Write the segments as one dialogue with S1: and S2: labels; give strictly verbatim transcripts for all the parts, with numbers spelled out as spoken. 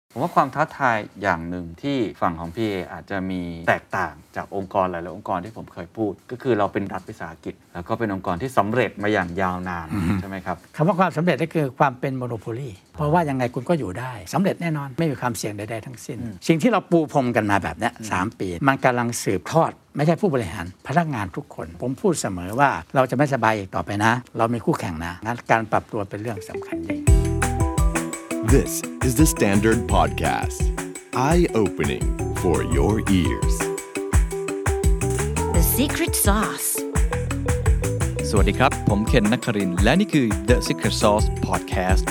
S1: ผมว่าความท้าทายอย่างหนึ่งที่ฝั่งของพี่เออาจจะมีแตกต่างจากองค์กรหลายๆองค์กรที่ผมเคยพูดก็คือเราเป็นรัฐวิสาหกิจแล้วก็เป็นองค์กรที่สำเร็จมาอย่างยาวนานใช่ไหมครับ
S2: คำว่าความสำเร็จก็คือความเป็นโมโนโพลีเพราะว่ายังไงคุณก็อยู่ได้สำเร็จแน่นอนไม่มีความเสี่ยงใดๆทั้งสิ้นสิ่งที่เราปูพรมกันมาแบบนี้สามปีมันกำลังสืบทอดไม่ใช่ผู้บริหารพนักงานทุกคนผมพูดเสมอว่าเราจะไม่สบายอีกต่อไปนะเรามีคู่แข่งนะงั้นการปรับตัวเป็นเรื่องสำคัญยิ่ง
S3: This is the Standard Podcast. Eye-opening for your ears.
S4: The Secret Sauce.
S5: สวัสดีครับผมเคนนักครินทร์และนี่คือ The Secret Sauce Podcast.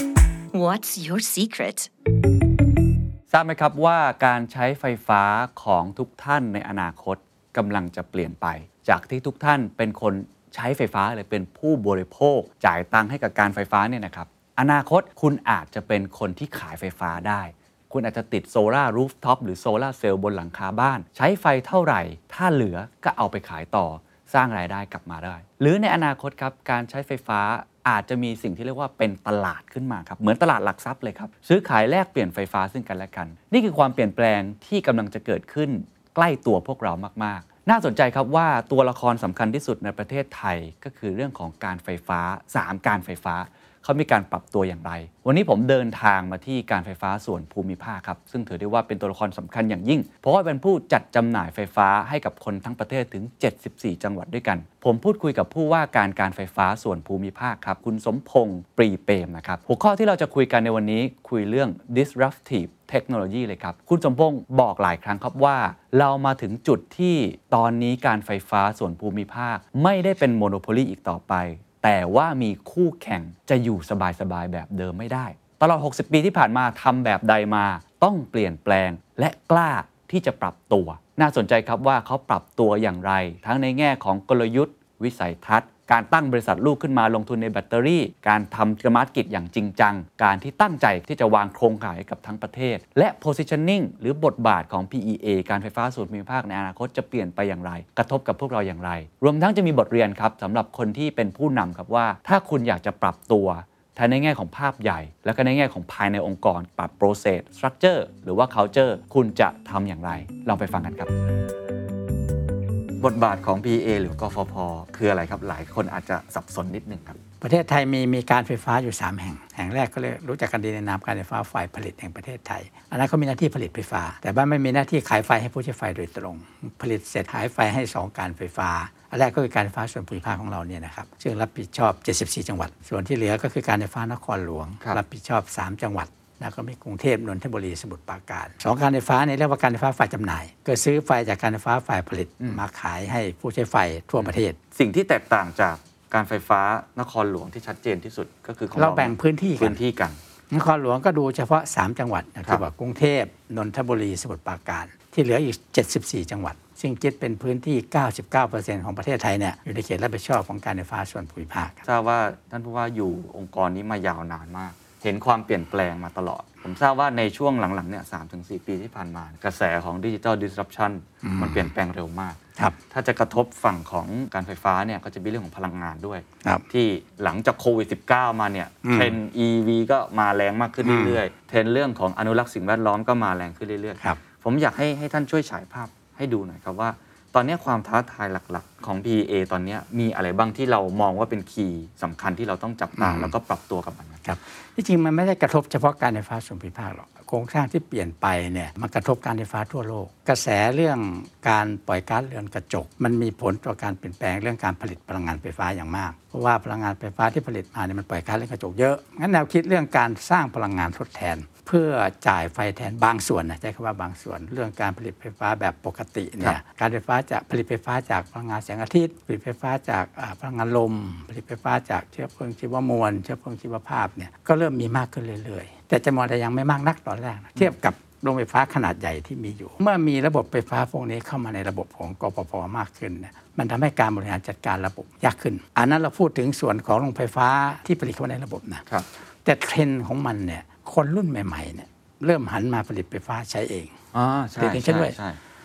S4: What's your secret?
S1: ทราบไหมครับว่าการใช้ไฟฟ้าของทุกท่านในอนาคตกำลังจะเปลี่ยนไปจากที่ทุกท่านเป็นคนใช้ไฟฟ้าหรือเป็นผู้บริโภคจ่ายตังค์ให้กับการไฟฟ้าเนี่ยนะครับอนาคตคุณอาจจะเป็นคนที่ขายไฟฟ้าได้คุณอาจจะติดโซล่ารูฟท็อปหรือโซล่าเซลล์บนหลังคาบ้านใช้ไฟเท่าไหร่ถ้าเหลือก็เอาไปขายต่อสร้างรายได้กลับมาได้หรือในอนาคตครับการใช้ไฟฟ้าอาจจะมีสิ่งที่เรียกว่าเป็นตลาดขึ้นมาครับเหมือนตลาดหลักทรัพย์เลยครับซื้อขายแลกเปลี่ยนไฟฟ้าซึ่งกันและกันนี่คือความเปลี่ยนแปลงที่กำลังจะเกิดขึ้นใกล้ตัวพวกเรามากๆน่าสนใจครับว่าตัวละครสำคัญที่สุดในประเทศไทยก็คือเรื่องของการไฟฟ้าสามการไฟฟ้าเขามีการปรับตัวอย่างไรวันนี้ผมเดินทางมาที่การไฟฟ้าส่วนภูมิภาคครับซึ่งถือได้ว่าเป็นตัวละครสำคัญอย่างยิ่งเพราะว่าเป็นผู้จัดจำหน่ายไฟฟ้าให้กับคนทั้งประเทศถึงเจ็ดสิบสี่จังหวัดด้วยกันผมพูดคุยกับผู้ว่าการการไฟฟ้าส่วนภูมิภาคครับคุณสมพงษ์ปรีเปรมนะครับหัวข้อที่เราจะคุยกันในวันนี้คุยเรื่อง disruptive technology เลยครับคุณสมพงษ์บอกหลายครั้งครับว่าเรามาถึงจุดที่ตอนนี้การไฟฟ้าส่วนภูมิภาคไม่ได้เป็นโมโนโพลีอีกต่อไปแต่ว่ามีคู่แข่งจะอยู่สบายๆแบบเดิมไม่ได้ตลอดหกสิบปีที่ผ่านมาทำแบบใดมาต้องเปลี่ยนแปลงและกล้าที่จะปรับตัวน่าสนใจครับว่าเขาปรับตัวอย่างไรทั้งในแง่ของกลยุทธ์วิสัยทัศน์การตั้งบริษัทลูกขึ้นมาลงทุนในแบตเตอรี่การทำสมาร์ทกิจอย่างจริงจังการที่ตั้งใจที่จะวางโครงข่ายให้กับทั้งประเทศและ positioning หรือบทบาทของ พี อี เอ การไฟฟ้าส่วนภูมิภาคในอนาคตจะเปลี่ยนไปอย่างไรกระทบกับพวกเราอย่างไรรวมทั้งจะมีบทเรียนครับสำหรับคนที่เป็นผู้นำครับว่าถ้าคุณอยากจะปรับตัวทั้งในแง่ของภาพใหญ่และก็ในแง่ของภายในองค์กรปรับ process structure หรือว่า culture คุณจะทำอย่างไรลองไปฟังกันครับบทบาทของ พี อี เอ หรือกฟผ.คืออะไรครับหลายคนอาจจะสับสนนิดนึงครับ
S2: ประเทศไทยมีมีการไฟฟ้าอยู่สามแห่งแห่งแรกก็เลยรู้จักกันดีในนามการไฟฟ้าฝ่ายผลิตแห่งประเทศไทยอันนั้นเขามีหน้าที่ผลิตไฟฟ้าแต่ว่าไม่มีหน้าที่ขายไฟให้ผู้ใช้ไฟโดยตรงผลิตเสร็จขายไฟให้สองการไฟฟ้าอันแรกก็คือการไฟฟ้าส่วนภูมิภาคของเราเนี่ยนะครับซึ่งรับผิดชอบเจ็ดสิบสี่จังหวัดส่วนที่เหลือก็คือการไฟฟ้านครหลวงรับผิดชอบสามจังหวัดแล้วก็มีกรุงเทพนนทบุรีสมุทรปราการสองการไฟฟ้าเนี่ยเรียกว่าการไฟฟ้าฝ่ายจำหน่ายก็ซื้อไฟจากการไฟฟ้าฝ่ายผลิตมาขายให้ผู้ใช้ไฟทั่วประเทศ
S1: สิ่งที่แตกต่างจากการไฟฟ้านครหลวงที่ชัดเจนที่สุดก็คือ
S2: เราแบ่งพื้นที่
S1: พื้นที่กัน
S2: นครหลวงก็ดูเฉพาะสามจังหวัดนะครับว่ากรุงเทพนนทบุรีสมุทรปราการที่เหลืออีกเจ็ดสิบสี่จังหวัดซึ่งคิดเป็นพื้นที่ เก้าสิบเก้าเปอร์เซ็นต์ ของประเทศไทยเนี่ยอยู่ในเขตรับผิดชอบของการไฟฟ้าส่วนภูมิภาค
S1: ทราบว่าท่านผู้ว่าอยู่องค์กรนี้มายาวนานมากเห็นความเปลี่ยนแปลงมาตลอดผมทราบว่าในช่วงหลังๆเนี่ย สามถึงสี่ ปีที่ผ่านมากระแสของ Digital Disruption มันเปลี่ยนแปลงเร็วมากถ้าจะกระทบฝั่งของการไฟฟ้าเนี่ยก็จะมีเรื่องของพลังงานด้วยที่หลังจากโควิด สิบเก้า มาเนี่ยเทรนด์ อี วี ก็มาแรงมากขึ้นเรื่อยๆเทรนด์เรื่องของอนุรักษ์สิ่งแวดล้อมก็มาแรงขึ้นเรื่อยๆผมอยากให้ให้ท่านช่วยฉายภาพให้ดูหน่อยครับว่าตอนนี้ความท้าทายหลักๆของ พี อี เอ ตอนนี้มีอะไรบ้างที่เรามองว่าเป็นคีย์สำคัญที่เราต้องจับตาแล้วก็ปรับตัวกับมัน
S2: ครับที่จริงมันไม่ได้กระทบเฉพาะการไฟฟ้าส่วนภูมิภาคหรอกโครงสร้างที่เปลี่ยนไปเนี่ยมันกระทบการไฟฟ้าทั่วโลกกระแสเรื่องการปล่อยก๊าซเรือนกระจกมันมีผลต่อการเปลี่ยนแปลงเรื่องการผลิตพลังงานไฟฟ้าอย่างมากเพราะว่าพลังงานไฟฟ้าที่ผลิตมาเนี่ยมันปล่อยก๊าซเรือนกระจกเยอะงั้นแนวคิดเรื่องการสร้างพลังงานทดแทนเพื่อจ่ายไฟแทนบางส่วนนะใช้คำว่าบางส่วนเรื่องการผลิตไฟฟ้าแบบปกติเนี่ยการไฟฟ้าจะผลิตไฟฟ้าจากพลังงานแสงอาทิตย์ผลิตไฟฟ้าจากพลังงานลมผลิตไฟฟ้าจากเชื้อเพลิงชีวมวลเชื้อเพลิงชีวภาพเนี่ยก็เริ่มมีมากขึ้นเรื่อยๆแต่จำนวนแต่ยังไม่มากนักตอนแรกเทียบกับโรงไฟฟ้าขนาดใหญ่ที่มีอยู่เมื่อมีระบบไฟฟ้าพวกนี้เข้ามาในระบบของกฟผ.มากขึ้นเนี่ยมันทำให้การบริหารจัดการระบบยากขึ้นอันนั้นเราพูดถึงส่วนของโรงไฟฟ้าที่ผลิตเข้ามาในระบบนะแต่เทรนด์ของมันเนี่ยคนรุ่นใหม่ๆเนี่ยเริ่มหันมาผลิตไฟฟ้าใช้เอง
S1: อ๋อใช่ใช่ใช่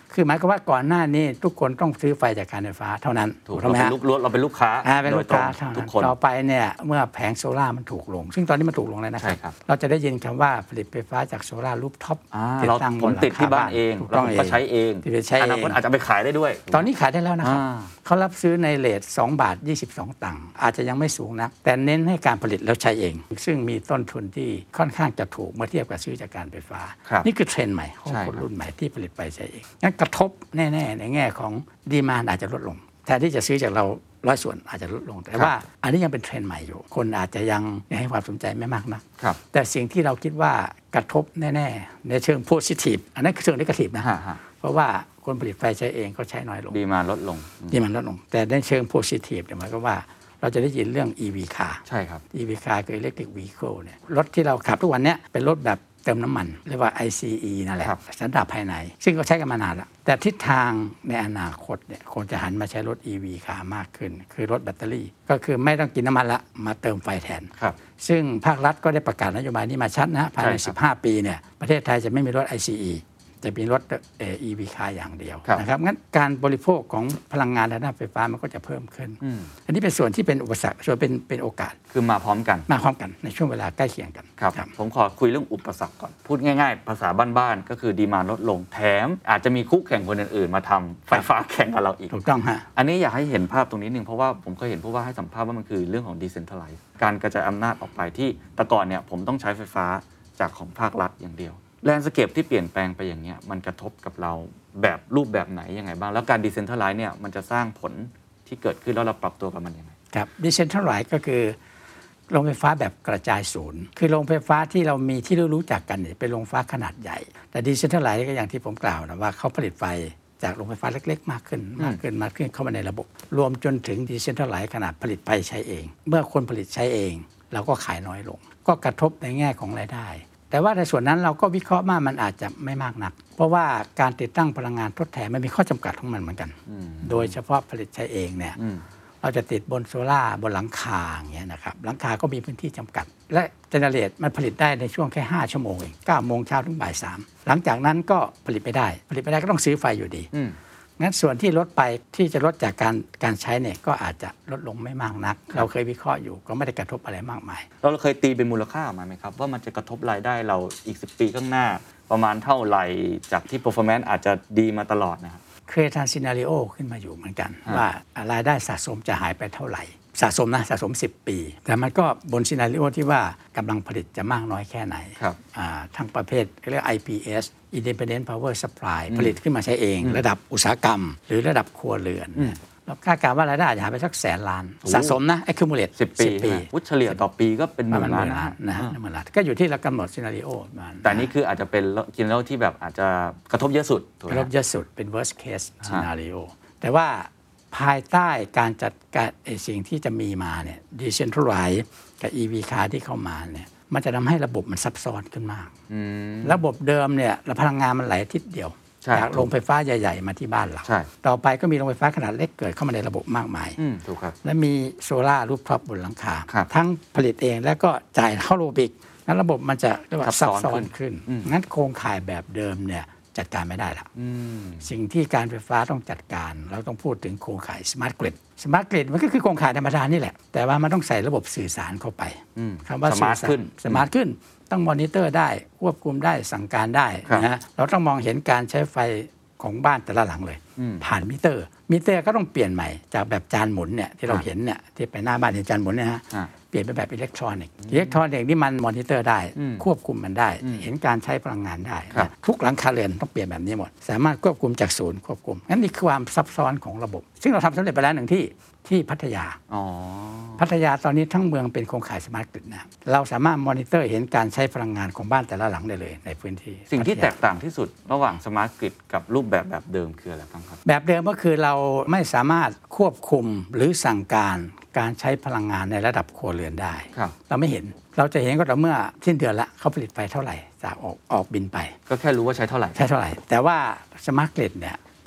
S2: คือหมายความว่าก่อนหน้านี้ทุกคนต้องซื้อไฟจากการไฟฟ้าเท่านั้น
S1: ถูก
S2: ต้อง
S1: เรา
S2: ไหม
S1: เป็น
S2: ฮะ
S1: ลูกเราเป็นลูกค้า
S2: อ่าเป็น
S1: โด
S2: ลู
S1: ย
S2: ก
S1: ตรง
S2: ค้าเท่า
S1: ทุ
S2: นั้
S1: ก
S2: น
S1: คน
S2: ต่อไปเนี่ยเมื่อแผงโซล่ามันถูกลงซึ่งตอนนี้มันถูกลงแล้วนะครั
S1: ใช่ครับ
S2: เราจะได้ยินคำว่าผลิตไฟฟ้าจากโซล่ารูฟท็อป
S1: อ่า
S2: ติด
S1: เรา
S2: ตั้งบ
S1: ผม
S2: นหลัง
S1: ติดที่
S2: คา
S1: บ้านเอง
S2: ถูก
S1: แล้ว
S2: ต้อง
S1: ผม
S2: เอ
S1: ก็
S2: ง
S1: ใช้เอง
S2: ที่ไปใช้
S1: อ
S2: เอง
S1: นาคตอาจจะไปขายได้ด้วย
S2: ตอนนี้ขายได้แล้วนะครับ
S1: อ่า
S2: เขารับซื้อในเรทสองบาทยี่สิบสองตังค์อาจจะยังไม่สูงนักแต่เน้นให้การผลิตแล้วใช้เอง ซึ่งมีต้นทุนที่ค่อนข้างจะถูกเมื่อเทียบกับซื้อจากการไฟฟ้า
S1: ครับ
S2: นี่คือเทรนด์ใหม่ของ
S1: ใช่
S2: คน
S1: ครับ
S2: รุ่นใหม่ที่ผลิตไปใช้เองงั้นกระทบแน่ๆในแง่ของดีมานด์อาจจะลดลงแทนที่จะซื้อจากเราร้อยส่วนอาจจะลดลงแต่ว่าอันนี้ยังเป็นเทรนด์ใหม่อยู่คนอาจจะยังยังให้ความสนใจไม่มากนัก
S1: ครับ
S2: แต่สิ่งที่เราคิดว่ากระทบแน่ๆในเชิงโพซิทีฟอันนั้นคือเชิงนกาทีฟนะ
S1: ฮะฮะ
S2: เพราะว่าคนผลิตไฟใช้เองก็ใช้น้อยลง
S1: ดีมาลดลง
S2: ที่มันลดลงแต่ในเชิงโพซิทีฟเนี่ยหมายความว่าเราจะได้ยินเรื่อง อี วี car
S1: ใช่ครับ
S2: อี วี car คือ electric vehicle เนี่ยรถที่เราขับทุกวันเนี้ยเป็นรถแบบเติมน้ำมันเรียกว่า ไอ ซี อี นั่นแหละ
S1: ครับ
S2: สันดาปภายใน ซึ่งก็ใช้กันมานานแล้วแต่ทิศทางในอนาคตเนี่ยคงจะหันมาใช้รถ อี วี car มากขึ้น คือรถแบตเตอรี่ ก็คือไม่ต้องกินน้ำมันละมาเติมไฟแทน
S1: ครับ
S2: ซึ่งภาครัฐก็ได้ประกาศนโยบายนี้มาชัดนะภายใน
S1: ใช่ครับ
S2: สิบห้า ปีเนี่ยประเทศไทยจะไม่มีรถ ไอ ซี อี จะมีรถเอ่อ อี วี car อย่างเดียว
S1: ครับ
S2: นะครับงั้นการบริโภคของพลังงานทางด้านไฟฟ้ามันก็จะเพิ่มขึ้น
S1: อืม
S2: อันนี้เป็นส่วนที่เป็นอุปสรรคส่วนเป็นเป็นโอกาส
S1: คือมาพร้อมกัน
S2: มาพร้อมกันในช่วงเวลาใกล้เคียงกัน
S1: ครับผมขอคุยเรื่องอุปสรรคก่อน พูดง่ายๆ ภาษาบ้านๆ ก็คือดีมานลดลงแถมอาจจะมีคู่แข่งคนอื่นๆ มาทำไฟฟ้าแข่งกับเราอีก
S2: ถูกต้องฮะ
S1: อันนี้อยากให้เห็นภาพตรงนี้หนึ่งเพราะว่าผมเคยเห็นผู้ว่าให้สัมภาษณ์ว่ามันคือเรื่องของ decentralize การกระจายอำนาจออกไปที่แต่ก่อนเนี่ยผมต้องใช้ไฟฟ้าจากของภาครัฐอย่างเดียวแลนด์สเคปที่เปลี่ยนแปลงไปอย่างเนี้ยมันกระทบกับเราแบบรูปแบบไหนยังไงบ้างแล้วการ decentralize เนี่ยมันจะสร้างผลที่เกิดขึ้นแล้วเราปรับตัวกับมันยังไง
S2: ครับ Decentralize ก็คือโรงไฟฟ้าแบบกระจายศูนย์คือโรงไฟฟ้าที่เรามีที่เรารู้จักกันเนี่ยเป็นโรงไฟฟ้าขนาดใหญ่แต่ Decentralize ก็อย่างที่ผมกล่าวนะว่าเขาผลิตไฟจากโรงไฟฟ้าเล็กๆ มากขึ้นมากขึ้นมากขึ้นเข้ามาในระบบ รวมจนถึง Decentralize ขนาดผลิตไฟใช้เอง เมื่อคนผลิตใช้เองเราก็ขายน้อยลง ก็กระทบในแง่ของรายได้แต่ว่าในส่วนนั้นเราก็วิเคราะห์ว่ามันอาจจะไม่มากนัก เพราะว่าการติดตั้งพลังงานทดแทนมันมีข้อจำกัดของมันเหมือนกัน โดยเฉพาะผลิตใช้เองเนี่ยเราจะติดบนโซล่าบนหลังคาอย่างเงี้ยนะครับหลังคาก็มีพื้นที่จำกัด และเจเนเรตมันผลิตได้ในช่วงแค่ห้าชั่วโมงเองเก้าโมงเช้าถึงบ่ายสามหลังจากนั้นก็ผลิตไม่ได้ผลิตไม่ได้ก็ต้องซื้อไฟอยู่ดีงั้นส่วนที่ลดไปที่จะลดจากการการใช้เนี่ยก็อาจจะลดลงไม่มากนัก เราเคยวิเคราะห์อยู่ก็ไม่ได้กระทบอะไรมากมาย
S1: เราเคยตีเป็นมูลค่าออกมาไหมครับว่ามันจะกระทบรายได้เราอีกสิบปีข้างหน้าประมาณเท่าไหร่จากที่ performance อาจจะดีมาตลอดนะครับ
S2: เคยทำซีนาริโอขึ้นมาอยู่เหมือนกัน ว่ารายได้สะสมจะหายไปเท่าไหร่สะสมนะสะสมสิบปีแต่มันก็บนซีนาริโอที่ว่ากำลังผลิตจะมากน้อยแค่ไหนทั้งประเภทเรียก ไอ พี เอส Independent Power Supply ผลิตขึ้นมาใช้เองระดับอุตสาหกรรม หรือระดับครัวเรือนเราคาดการณ์ว่ารายได้จะหายไปสักแสนล้านสะสมนะ accumulate
S1: สิบปีวุฒิเฉลี่ยต่อปีก็เป็นหมื่นล้าน
S2: นะฮะหมื่นล้านก็อยู่ที่เรากำหนดซีนาริโอ
S1: แต่นี่คืออาจจะเป็นซีนาริโอที่แบบอาจจะกระทบเยอะสุด
S2: กระทบเยอะสุดเป็น worst case scenario แต่ว่าภายใต้การจัดการสิ่งที่จะมีมาเนี่ย decentralize กับ อี วี car ที่เข้ามาเนี่ยมันจะทำให้ระบบมันซับซ้อนขึ้นมากระบบเดิมเนี่ยพลังงานมันไหลทิศเดียวจากโรงไฟฟ้าใหญ่ๆมาที่บ้านเราต่อไปก็มีโรงไฟฟ้าขนาดเล็กเกิดเข้ามาในระบบมากมาย
S1: ถูกครับ
S2: และมีโซล่ารูฟท็อปบนหลังคาทั้งผลิตเองแล้วก็จ่ายเข้าระบบอีกงั้นระบบมันจะเรียกว่าซับซ้อนขึ้นงั้นโครงข่ายแบบเดิมเนี่ยจัดการไม่ได้ละสิ่งที่การไฟฟ้าต้องจัดการเราต้องพูดถึงโครงข่ายสมาร์ทกริดสมาร์ทกริดมันก็คือโครงข่ายธรรมดานี่แหละแต่ว่ามันต้องใส่ระบบสื่อสารเข้าไปคำว่า
S1: สมาร์ทขึ้น
S2: สมาร์ทขึ้นต้องมอนิเตอร์ได้ควบคุมได้สั่งการได้นะเราต้องมองเห็นการใช้ไฟของบ้านแต่ละหลังเลยผ่านมิเตอร์มิเตอร์ก็ต้องเปลี่ยนใหม่จากแบบจานหมุนเนี่ยที่เราเห็นเนี่ยที่ไปหน้าบ้านเห็นจานหมุนเนี่ยฮะเปลี่ยนเป็นแบบอิเล็กทรอนิกส์อิเล็กทรอนิกส์นี่มันมอนิเตอร์ได้ควบคุมมันได้เห็นการใช้พลังงานได้ทุกหลังคาเรือนต้องเปลี่ยนแบบนี้หมดสามารถควบคุมจากศูนย์ควบคุมงั้นนี่คือความซับซ้อนของระบบซึ่งเราทำสำเร็จไปแล้วหนึ่งที่ที่พัทยาพัทยาตอนนี้ทั้งเมืองเป็นโครงข่ายสมาร์ทกริดนะเราสามารถมอนิเตอร์เห็นการใช้พลังงานของบ้านแต่ละหลังได้เลยในพื้นที่
S1: สิ่งที่แตกต่างที่สุดระหว่างสมาร์ทกริดกับรูปแบบแบบเดิมคืออะไรบ้างครับ
S2: แบบเดิมก็คือเราไม่สามารถควบคุมหรือสั่งการการใช้พลังงานในระดับครัวเรือนได้เราไม่เห็นเราจะเห็นก็ต่อเมื่อสิ้นเดือนละเขาผลิตไฟเท่าไหร่จากออกออกบินไป
S1: ก็แค่รู้ว่าใช้เท่าไหร่
S2: ใช้เท่าไหร่แต่ว่าสมาร์ทกริดเนี่ย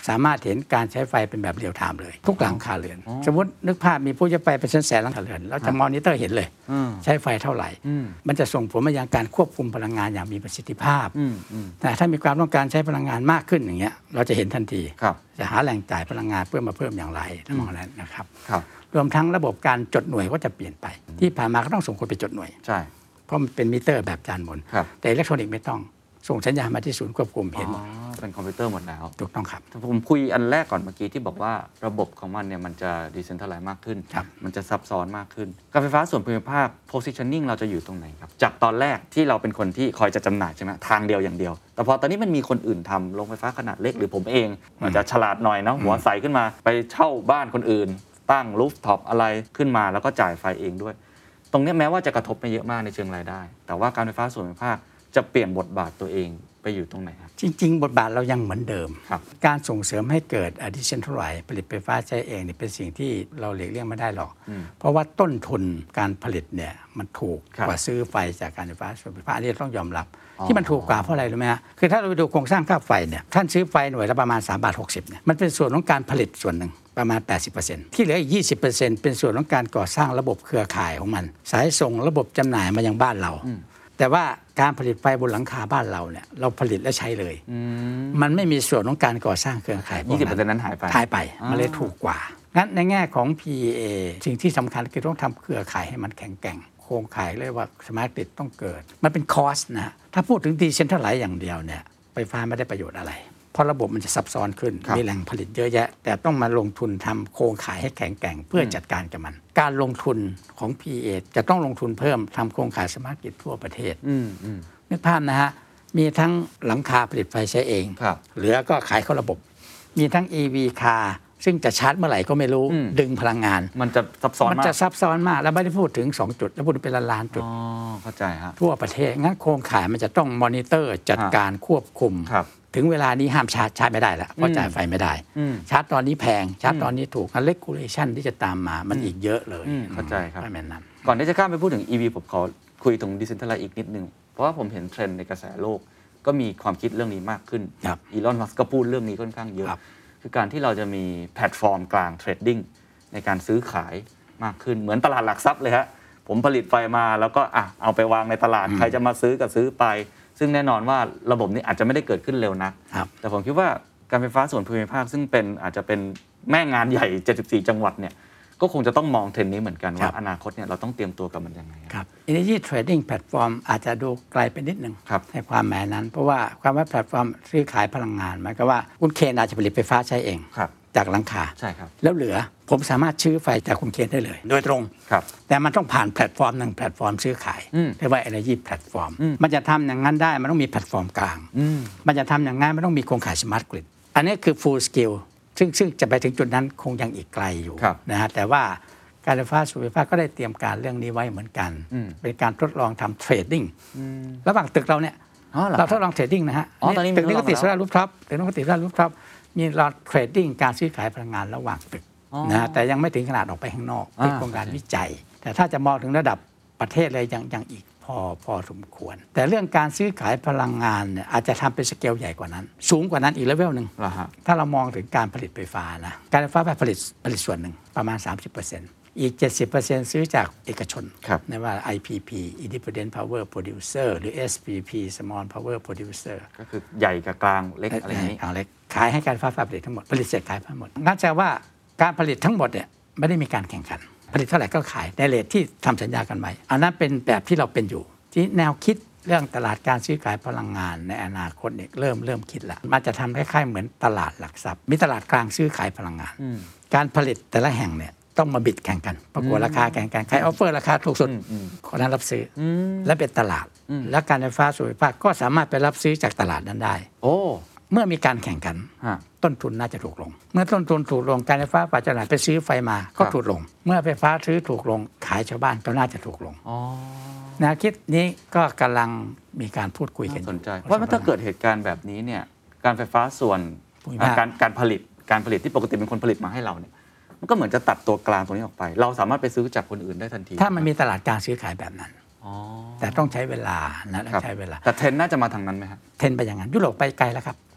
S2: สามารถเห็นการใช้ไฟเป็นแบบเรียลไทม์เลยทุกหลังคาเรือนสมมตินึกภาพมีผู้ใช้ไฟเป็นแสนๆหลังคาเรือนเราจะมอนิเตอร์เห็นเลยใช้ไฟเท่าไหร่มันจะส่งผลมายังการควบคุมพลังงานอย่างมีประสิทธิภาพแต่ถ้ามีความต้องการใช้พลังงานมากขึ้นอย่างเงี้ยเราจะเห็นทันทีจะหาแหล่งจ่ายพลังงานเพื่อมาเพิ่มอย่างไรทั้งหมดนั้นนะครับรวมทั้งระบบการจดหน่วยก็จะเปลี่ยนไปที่ผ่านมาก็ต้องส่งคนไปจดหน่วยใช่เพราะมันเป็นมิเตอร์แบบจานบนแต่อิเล็กทรอนิกส์ไม่ต้องส่งสัญญาณมาที่ศูนย์ควบคุมเห็นหมด
S1: เป็นคอมพิวเตอร์หมดแล้ว
S2: ถูกต้องครับ
S1: ผมคุยอันแรกก่อนเมื่อกี้ที่บอกว่าระบบของมันเนี่ยมันจะดิเซนทรัลไลซ์มากขึ้นมันจะซับซ้อนมากขึ้นการไฟฟ้าส่วนภูมิภาค positioning เราจะอยู่ตรงไหนครับจากตอนแรกที่เราเป็นคนที่คอยจะจำหน่ายใช่ไหมทางเดียวอย่างเดียวแต่พอตอนนี้มันมีคนอื่นทำโรงไฟฟ้าขนาดเล็กหรือผมเองมันจะฉลาดหน่อยนะหัวใสขึ้นมาไปเช่าบ้านคนอื่นตั้งรูฟท็อปอะไรขึ้นมาแล้วก็จ่ายไฟเองด้วยตรงนี้แม้ว่าจะกระทบไปเยอะมากในเชิงรายได้แต่ว่าการไฟฟ้าส่วนภูมิภาคจะเปลี่ยนบทบาทตัวเองไปอยู่ตรงไหนครับ
S2: จริงๆบทบาทเรายังเหมือนเดิมการส่งเสริมให้เกิด Decentralized ผลิตไฟฟ้าใช้เองเนี่ยเป็นสิ่งที่เราหลีกเลี่ยงไม่ได้หรอกเพราะว่าต้นทุนการผลิตเนี่ยมันถูกกว่าซื้อไฟจากการไฟฟ้าส่วนภูมิภาคอันนี้ต้องยอมรับที่มันถูกกว่าเพราะอะไรรู้ไหมฮะคือถ้าเราไปดูโครงสร้างค่าไฟเนี่ยท่านซื้อไฟหน่วยละประมาณสามบาทหกสิบเนี่ยมันเป็นส่วนของการผลิตส่วนหนึ่งประมาณ แปดสิบเปอร์เซ็นต์ ที่เหลืออีก ยี่สิบเปอร์เซ็นต์ เป็นส่วนของการก่อสร้างระบบเครือข่ายของมันสายส่งระบบจำหน่ายมายังบ้านเราแต่ว่าการผลิตไฟบนหลังคาบ้านเราเนี่ยเราผลิตและใช้เลยมันไม่มีส่วนของการก่อสร้างเครือข่าย
S1: ยี่สิบเปอร์เซ็นต์ นั้นหายไป
S2: หายไปมันเลยถูกกว่างั้นในแง่ของ พี อี เอ สิ่งที่สำคัญคือต้องทำเครือข่ายให้มันแข็งแกร่งโครงข่ายเรียกว่าสมาร์ทกริดต้องเกิดมันเป็นคอสนะถ้าพูดถึงดีเซนทรัลไลซ์อย่างเดียวเนี่ยไฟฟ้าไม่ได้ประโยชน์อะไรเพราะระบบมันจะซับซ้อนขึ้นมีแหล่งผลิตเยอะแยะแต่ต้องมาลงทุนทำโครงข่ายให้แข็งแกร่งเพื่อจัดการกับมันการลงทุนของ พี อี เอ จะต้องลงทุนเพิ่มทำโครงข่ายสมาร์ทกริดทั่วประเทศนึกภาพนะฮะมีทั้งหลังคาผลิตไฟใช้เองเหลือก็ขายเข้าระบบมีทั้ง อี วี คาร์ซึ่งจะชาร์จเมื่อไหร่ก็ไม่รู้ดึงพลังงาน
S1: มันจะซับซ้อนมาก
S2: มันจะซับซ้อนมากแล้วไม่ได้พูดถึงสองจุดแล้วพูดเป็นล้านๆจุด
S1: อ๋อเข้าใจฮะ
S2: ทั่วประเทศงั้นโครงข่ายมันจะต้องมอนิเตอร์จัดการควบคุมถึงเวลานี้ห้ามชาร์จชาร์จไม่ได้แล้วเพราะจ่ายไฟไม่ได้ชาร์จตอนนี้แพงชาร์จตอนนี้ถูกงั้น regulation ที่จะตามมามันอีกเยอะเลย
S1: เข้าใจครับ
S2: ไม่แม่นนั้น
S1: ก่อนที่จะข้ามไปพูดถึง อี วี ผมขอคุยถึง Decentralized อีกนิดนึงเพราะว่าผมเห็นเทรนด์ในกระแสโลกก็มีความคิดเรื่องนี้มากขึ้นอีลอน มัสก์ก็พูดเรื่องนี้ค่อนข้างเยอะคือการที่เราจะมีแพลตฟอร์มกลางเทรดดิ้งในการซื้อขายมากขึ้นเหมือนตลาดหลักทรัพย์เลยฮะผมผลิตไฟมาแล้วก็อ่ะเอาไปวางในตลาดใครจะมาซื้อก็ซื้อไปซึ่งแน่นอนว่าระบบนี้อาจจะไม่ได้เกิดขึ้นเร็วนักแต่ผมคิดว่าการไฟฟ้าส่วนภูมิภาคซึ่งเป็นอาจจะเป็นแม่งานใหญ่เจ็ดสิบสี่จังหวัดเนี่ยก็คงจะต้องมองเทรนด์นี้เหมือนกันว่าอนาคตเนี่ยเราต้องเตรียมตัวกับมันยังไง
S2: ครับ Energy Trading Platform อาจจะดูไกลไปนิดนึงในความหมายนั้นเพราะว่าความว่าแพลตฟอร์มซื้อขายพลังงานหมายความว่าคุณเคนอาจจะผลิตไฟฟ้าใช้เองจากหลังคา
S1: ใช่ครับ
S2: แล้วเหลือผมสามารถซื้อไฟจากคุณเคนได้เลยโดยตรงแต่มันต้องผ่านแพลตฟอร์มหนึ่งแพลตฟอร์มซื้อขายเรียกว่า Energy Platform มันจะทำอย่างนั้นได้มันต้องมีแพลตฟอร์มกลางมันจะทำอย่างนั้นมันต้องมีโครงข่าย Smart Grid อันนี้คือ full scale ซึ่งซึ่งจะไปถึงจุดนั้นคงยังอีกไกลอยู่นะฮะแต่ว่าการไฟฟ้าส่วนภูมิภาคก็ได้เตรียมการเรื่องนี้ไว้เหมือนกันเป็นการทดลองทำเทรดดิ้งระหว่างตึกเราเนี่ยเราทดลองเทรดดิ้งนะฮะตึกนี้ก็ติดโซลาร์รูฟท็อปตึกนี้ก็ติดโซลาร์รูฟท็อปมีเราเทรดดิ้งการซื้อขายพลังงานระหว่างตึกนะแต่ยังไม่ถึงขนาดออกไปข้างนอกเป็นโครงการวิจัยแต่ถ้าจะมองถึงระดับประเทศเลยยังยังอีกพอพอสมควรแต่เรื่องการซื้อขายพลังงานเนี่ยอาจจะทำเป็นสเกลใหญ่กว่านั้นสูงกว่านั้นอีกเลเวลหนึ่งถ้าเรามองถึงการผลิตไฟฟ้านะการไฟฟ้าผลิตผลิตส่วนหนึ่งประมาณ สามสิบเปอร์เซ็นต์ อีก เจ็ดสิบเปอร์เซ็นต์ ซื้อจากเอกชนไม่ว่า ไอ พี พี Independent Power Producer หรือ เอส พี พี Small Power Producer
S1: ก็คือใหญ่กับกลางเล็กอะไรอย่างนี้
S2: เล็กขายให้การไฟฟ้าผลิตทั้งหมดผลิตเสร็จขายทั้งหมดงั้นแสดงว่าการผลิตทั้งหมดเนี่ยไม่ได้มีการแข่งขันผลิตเท่าไหร่ก็ขายในเรทที่ทำสัญญากันไว้อันนั้นเป็นแบบที่เราเป็นอยู่ที่แนวคิดเรื่องตลาดการซื้อขายพลังงานในอนาคตเนี่ยเริ่มเริ่มคิดละมันจะทำคล้ายๆเหมือนตลาดหลักทรัพย์มีตลาดกลางซื้อขายพลังงานการผลิตแต่ละแห่งเนี่ยต้องมาบิดแข่งกันประกวดราคาแข่งกันใครออฟเฟอร์ราคาถูกสุดคนนั้นรับซื้อและเป็นตลาดและการไฟฟ้าส่วนภูมิภาคก็สามารถไปรับซื้อจากตลาดนั้นได้โอ้เมื่อมีการแข่งขันต้นทุนน่าจะถูกลงเมื่อต้นทุนถูกลงการไฟฟ้าฝ่ายจำหน่ายไปซื้อไฟมาก็ถูกลงเมื่อไฟฟ้าซื้อถูกลงขายชาวบ้านก็น่าจะถูกลงแนวคิดนี้ก็กำลังมีการพูดคุยกัน
S1: สนใจเพราะว่าถ้าเกิดเหตุการณ์แบบนี้เนี่ยการไฟฟ้าส่วนการการผลิตการผลิตที่ปกติเป็นคนผลิตมาให้เราเนี่ยมันก็เหมือนจะตัดตัวกลางตรงนี้ออกไปเราสามารถไปซื้อจากคนอื่นได้ทันที
S2: ถ้ามันมีตลาดการซื้อขายแบบนั้นแต่ต้องใช้เวลานะใช้เวลา
S1: แต่เทรนด์น่าจะมาทางนั้นไหมครับ
S2: เทรนด์ไปอย่างนั้นยุโรปไปไกลแล้วครับ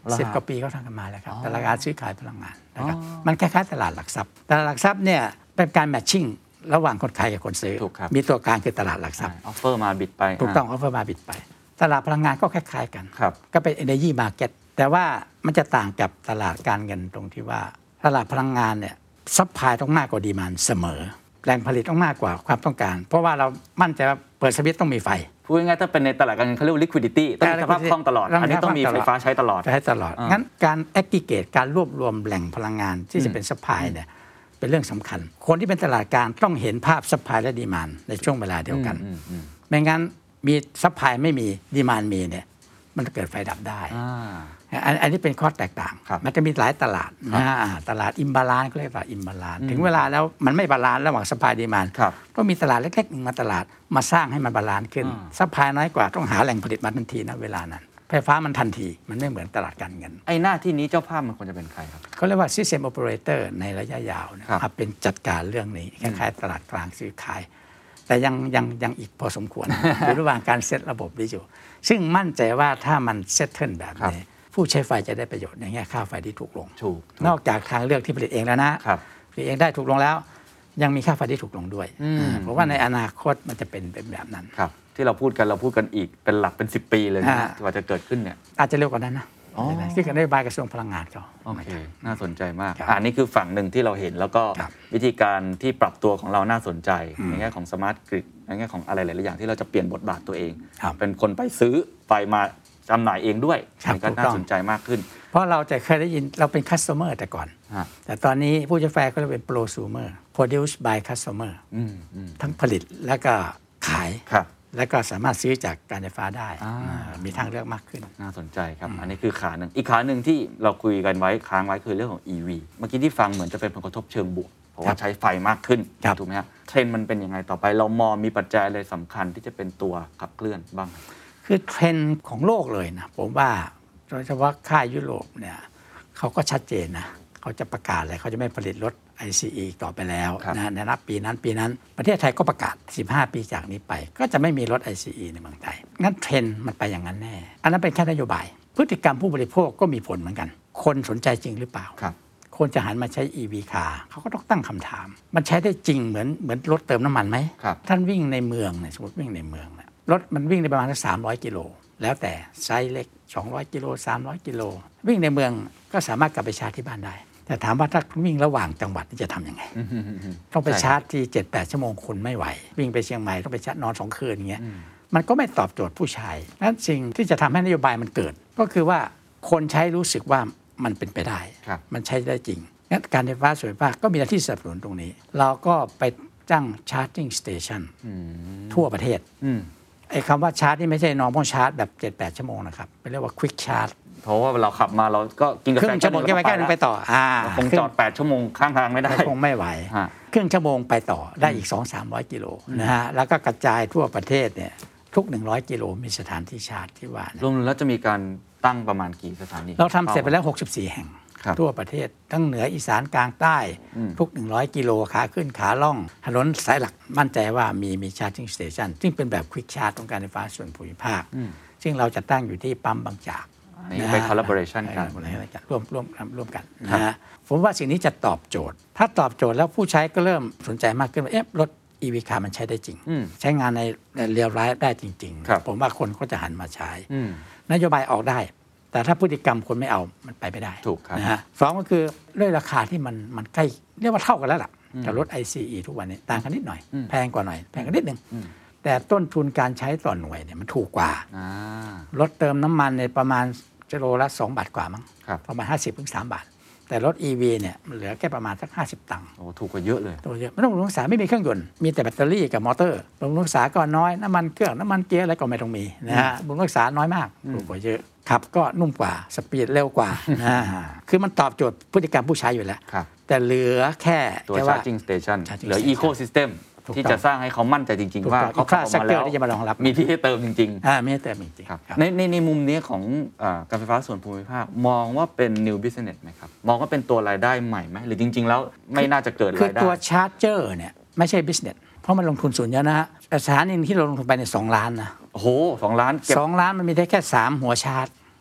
S2: สิบกว่าปีเขาทำกันมาแล้วครับตลาดการซื้อขายพลังงานนะครับมันคล้ายๆตลาดหลักทรัพย์ตลาดหลักทรัพย์เนี่ยเป็นการแมทชิ่งระหว่างคนขายกับคนซื้อมีตัวกลางคือตลาดหลักทรัพย์
S1: ออฟเฟอร์มาบิดไป
S2: ถูกต้องออฟเฟอร์มาบิดไปตลาดพลังงานก็คล้ายๆกันก็เป็น energy market แต่ว่ามันจะต่างกับตลาดการเงินตรงที่ว่าตลาดพลังงานเนี่ยซัพพลายต้องมากกว่าดีมานด์เสมอแรงผลิตต้องมากกว่าความต้องการเพราะว่าเรามั่นใจว่าเปิดสวิตช์ต้องมีไฟ
S1: พูดง่ายๆถ้าเป็นในตลาดการเงินเขาเรียกว่า liquidity ต้องมีสภาพคล่องตลอดอันนี้ต้องมีไฟฟ้าใช้ตลอด
S2: ใช้ตลอดงั้นการ aggregate การรวบรวมแหล่งพลังงานที่จะเป็นซัพพลายเนี่ยเป็นเรื่องสำคัญคนที่เป็นตลาดกลางต้องเห็นภาพซัพพลายและดีมานด์ในช่วงเวลาเดียวกันไม่งั้นมีซัพพลายไม่มีดีมานด์มีเนี่ยมันจะเกิดไฟดับได้อันนี้เป็นข้อแตกต่างมันจะมีหลายตลาดนะตลาดอิมบาลานซ์ก็เรียกว่าอิมบาลานซ์ถึงเวลาแล้วมันไม่บาลานซ์ระหว่างซัพพลายดีมานด์ต้องมีตลาดเล็กๆหนึ่งมาตลาดมาสร้างให้มันบาลานซ์ขึ้นซัพพลายน้อยกว่าต้องหาแหล่งผลิตมาทันทีนะเวลานั้นไฟฟ้ามันทันทีมันไม่เหมือนตลาดการเงิน
S1: ไอ้หน้าที่นี้เจ้าภาพมันควรจะเป็นใครครับ
S2: เขาเรียกว่า System Operator ในระยะยาวนะครับเป็นจัดการเรื่องนี้คล้ายๆตลาดกลางซื้อขายแต่ยังยังยังอีกพอสมควร อยู่ระหว่างการเซตระบบนี้อยู่ซึ่งมั่นใจว่าถ้ามันเซตเทิลแบบนี้ผู้ใช้ไฟจะได้ประโยชน์ในแง่ค่าไฟที่ถูกลงนอกจากทางเลือกที่ผลิตเองแล้วนะผลิตเองได้ถูกลงแล้วยังมีค่าไฟที่ถูกลงด้วยเพราะว่าในอนาคตมันจะเป็นแบบนั้น
S1: ครับที่เราพูดกันเราพูดกันอีกเป็นหลักเป็นสิบปีเลยนะกว่าจะเกิดขึ้นเนี่ย
S2: อาจจะเร็วกว่านั้นนะที่กันนโยบายกระทรวงพลังงานเขา
S1: โอเคน่าสนใจมากอันนี้คือฝั่งหนึ่งที่เราเห็นแล้วก็วิธีการที่ปรับตัวของเราน่าสนใจในแง่ของสมาร์ทกริดในแง่ของอะไรหลายๆอย่างที่เราจะเปลี่ยนบทบาทตัวเองเป็นคนไปซื้อไฟมาจำหน่ายเองด้วยนี่ก็น่าสนใจมากขึ้น
S2: เพราะเราจะเคยได้ยินเราเป็น customer แต่ก่อนแต่ตอนนี้ผู้ใช้ไฟก็จะเป็น prosumer produce by customer ทั้งผลิตแล้วก็ขายแล้วก็สามารถซื้อจากการไฟฟ้าได้มีทางเลือกมากขึ้น
S1: น่าสนใจครับอันนี้คือขาหนึ่งอีกขาหนึ่งที่เราคุยกันไว้ค้างไว้คือเรื่องของ อี วี เมื่อกี้ที่ฟังเหมือนจะเป็นผลกระทบเชิงบวกเพราะว่าใช้ไฟมากขึ้นถูกไหมครับเทรนด์มันเป็นยังไงต่อไปเรามองมีปัจจัยอะไรสำคัญที่จะเป็นตัวขับเคลื่อนบ้าง
S2: คือเทรนด์ของโลกเลยนะผมว่าโดยเฉพาะค่ายยุโรปเนี่ยเขาก็ชัดเจนนะเขาจะประกาศเลยเขาจะไม่ผลิตรถ ไอ ซี อี ต่อไปแล้วนะในนับปีนั้นปีนั้นประเทศไทยก็ประกาศสิบห้าปีจากนี้ไปก็จะไม่มีรถ ไอ ซี อี ในเมืองไทยงั้นเทรนด์มันไปอย่างนั้นแน่อันนั้นเป็นแค่นโยบายพฤติกรรมผู้บริโภคก็มีผลเหมือนกันคนสนใจจริงหรือเปล่าคนจะหันมาใช้ อี วี car เขาก็ต้องตั้งคำถามมันใช้ได้จริงเหมือนเหมือนรถเติมน้ำมันไหมท่านวิ่งในเมืองเนี่ยสมมติวิ่งในเมืองเนี่ยรถมันวิ่งได้ประมาณสักสามร้อยกิโลแล้วแต่ไซส์เล็กสองร้อยกิโลสามร้อยกิโลวิ่งในเมืองก็สามารถกลับไปชาร์จที่บ้านได้แต่ถามว่าถ้าวิ่งระหว่างจังหวัดจะทำยังไงต้องไปชาร์จที่ เจ็ดแปด ชั่วโมงคุณไม่ไหววิ่งไปเชียงใหม่ต้องไปชาร์จนอนสองคืนอย่างเงี้ยมันก็ไม่ตอบโจทย์ผู้ใช้นั้นสิ่งที่จะทำให้นโยบายมันเกิดก็คือว่าคนใช้รู้สึกว่ามันเป็นไปได้มันใช้ได้จริงงั้นการไฟฟ้าส่วนภูมิภาคก็มีหน้าที่สนับสนุนตรงนี้เราก็ไปจ้าง charging station ทั่วประเทศไอ้คำว่าชาร์จนี่ไม่ใช่นอร์มอลชาร์จแบบ เจ็ดแปด ชั่วโมงนะครับเรียกว่า quick charge
S1: เพราะว่าเราขับมาเราก็กินกาแฟ
S2: ครึ่งชั่วโมงแค่ไปแค่นึงไปต่ออ่า
S1: คงจอดแปดชั่วโมงข้างทางไม่ได้
S2: คงไม่ไหวครึ่งชั่วโมงไปต่อได้อีก สองถึงสามร้อย กิโลนะฮะแล้วก็กระจายทั่วประเทศเนี่ยทุกหนึ่งร้อยกิโลมีสถานที่ชาร์จที่ว่าร
S1: วมแล้วจะมีการตั้งประมาณกี่สถานี
S2: เราทำเสร็จไปแล้วหกสิบสี่แห่งทั่วประเทศทั้งเหนืออีสานกลางใต้ทุกหนึ่งร้อยกิโลขาขึ้นขาล่องถนนสายหลักมั่นใจว่ามีมี charging station ซึ่งเป็นแบบ quick charge ของการไฟฟ้าส่วนภูมิภาคซึ่งเราจะตั้งอยู่ที่ปั๊มบางจาก
S1: นี่เป็น collaboration กัน
S2: ร่วมร่วมร่วมกันนะฮะผมว่าสิ่งนี้จะตอบโจทย์ถ้าตอบโจทย์แล้วผู้ใช้ก็เริ่มสนใจมากขึ้นว่าเอ๊ะรถ อี วี car มันใช้ได้จริงใช้งานในเรียลไลฟ์ได้จริงๆผมว่าคนก็จะหันมาใช้นโยบายออกได้แต่ถ้าพฤติกรรมคนไม่เอามันไปไม่ได้
S1: ถูกครับ
S2: นะฮะสองก็คือด้วยราคาที่มันมันใกล้เรียกว่าเท่ากันแล้วล่ะกับรถ ไอ ซี อี ทุกวันนี้ต่างกันนิดหน่อยแพงกว่าหน่อยแพงกันนิดนึงแต่ต้นทุนการใช้ต่อหน่วยเนี่ยมันถูกกว่ารถเติมน้ำมันเนี่ยประมาณกิโลละสองบาทกว่ามั้งประมาณห้าสิบถึงสามบาทแต่รถ อี วี เนี่ยมันเหลือแค่ประมาณสักห้าสิบตังค์
S1: โอ้ถูกกว่าเยอะเลย
S2: ตัวเยอะไม่ต้องบำรุงรักษาไม่มีเครื่องยนต์มีแต่แบตเตอรี่กับมอเตอร์บำรุงรักษาก็น้อยน้ำมันเครื่องน้ำมันเกียร์อะไรก็ไม่ต้องมีนะฮะบำรุงรักษาน้อยมากถูกกว่าเยอะขับก็นุ่มกว่าสปีดเร็วกว่านะคือมันตอบโจทย์พฤติกรรมผู้ใช้อยู่แล้วแต่เหลือแค่
S1: ตัว charging station เหลือ ecosystem ที่จะสร้างให้เขามั่นใจจริงๆว่าเขาเข้ามาแล้วมีที่ให้เติมจริง
S2: ๆอ่ามีให้เติมจริง
S1: ๆในในในมุมนี้ของการไฟฟ้าส่วนภูมิภาคมองว่าเป็น new business ไหมครับมองว่าเป็นตัวรายได้ใหม่ไหมหรือจริงๆแล้วไม่น่าจะเกิดรายได้
S2: คือตัว charger เนี่ยไม่ใช่ business เพราะมันลงทุนสูงเยอะนะฮะสถานีที่เราลงทุนไปในสองล้านนะ
S1: โอ้โหสองล้าน
S2: สองล้านมันมีได้แค่สามหัวชาร์จ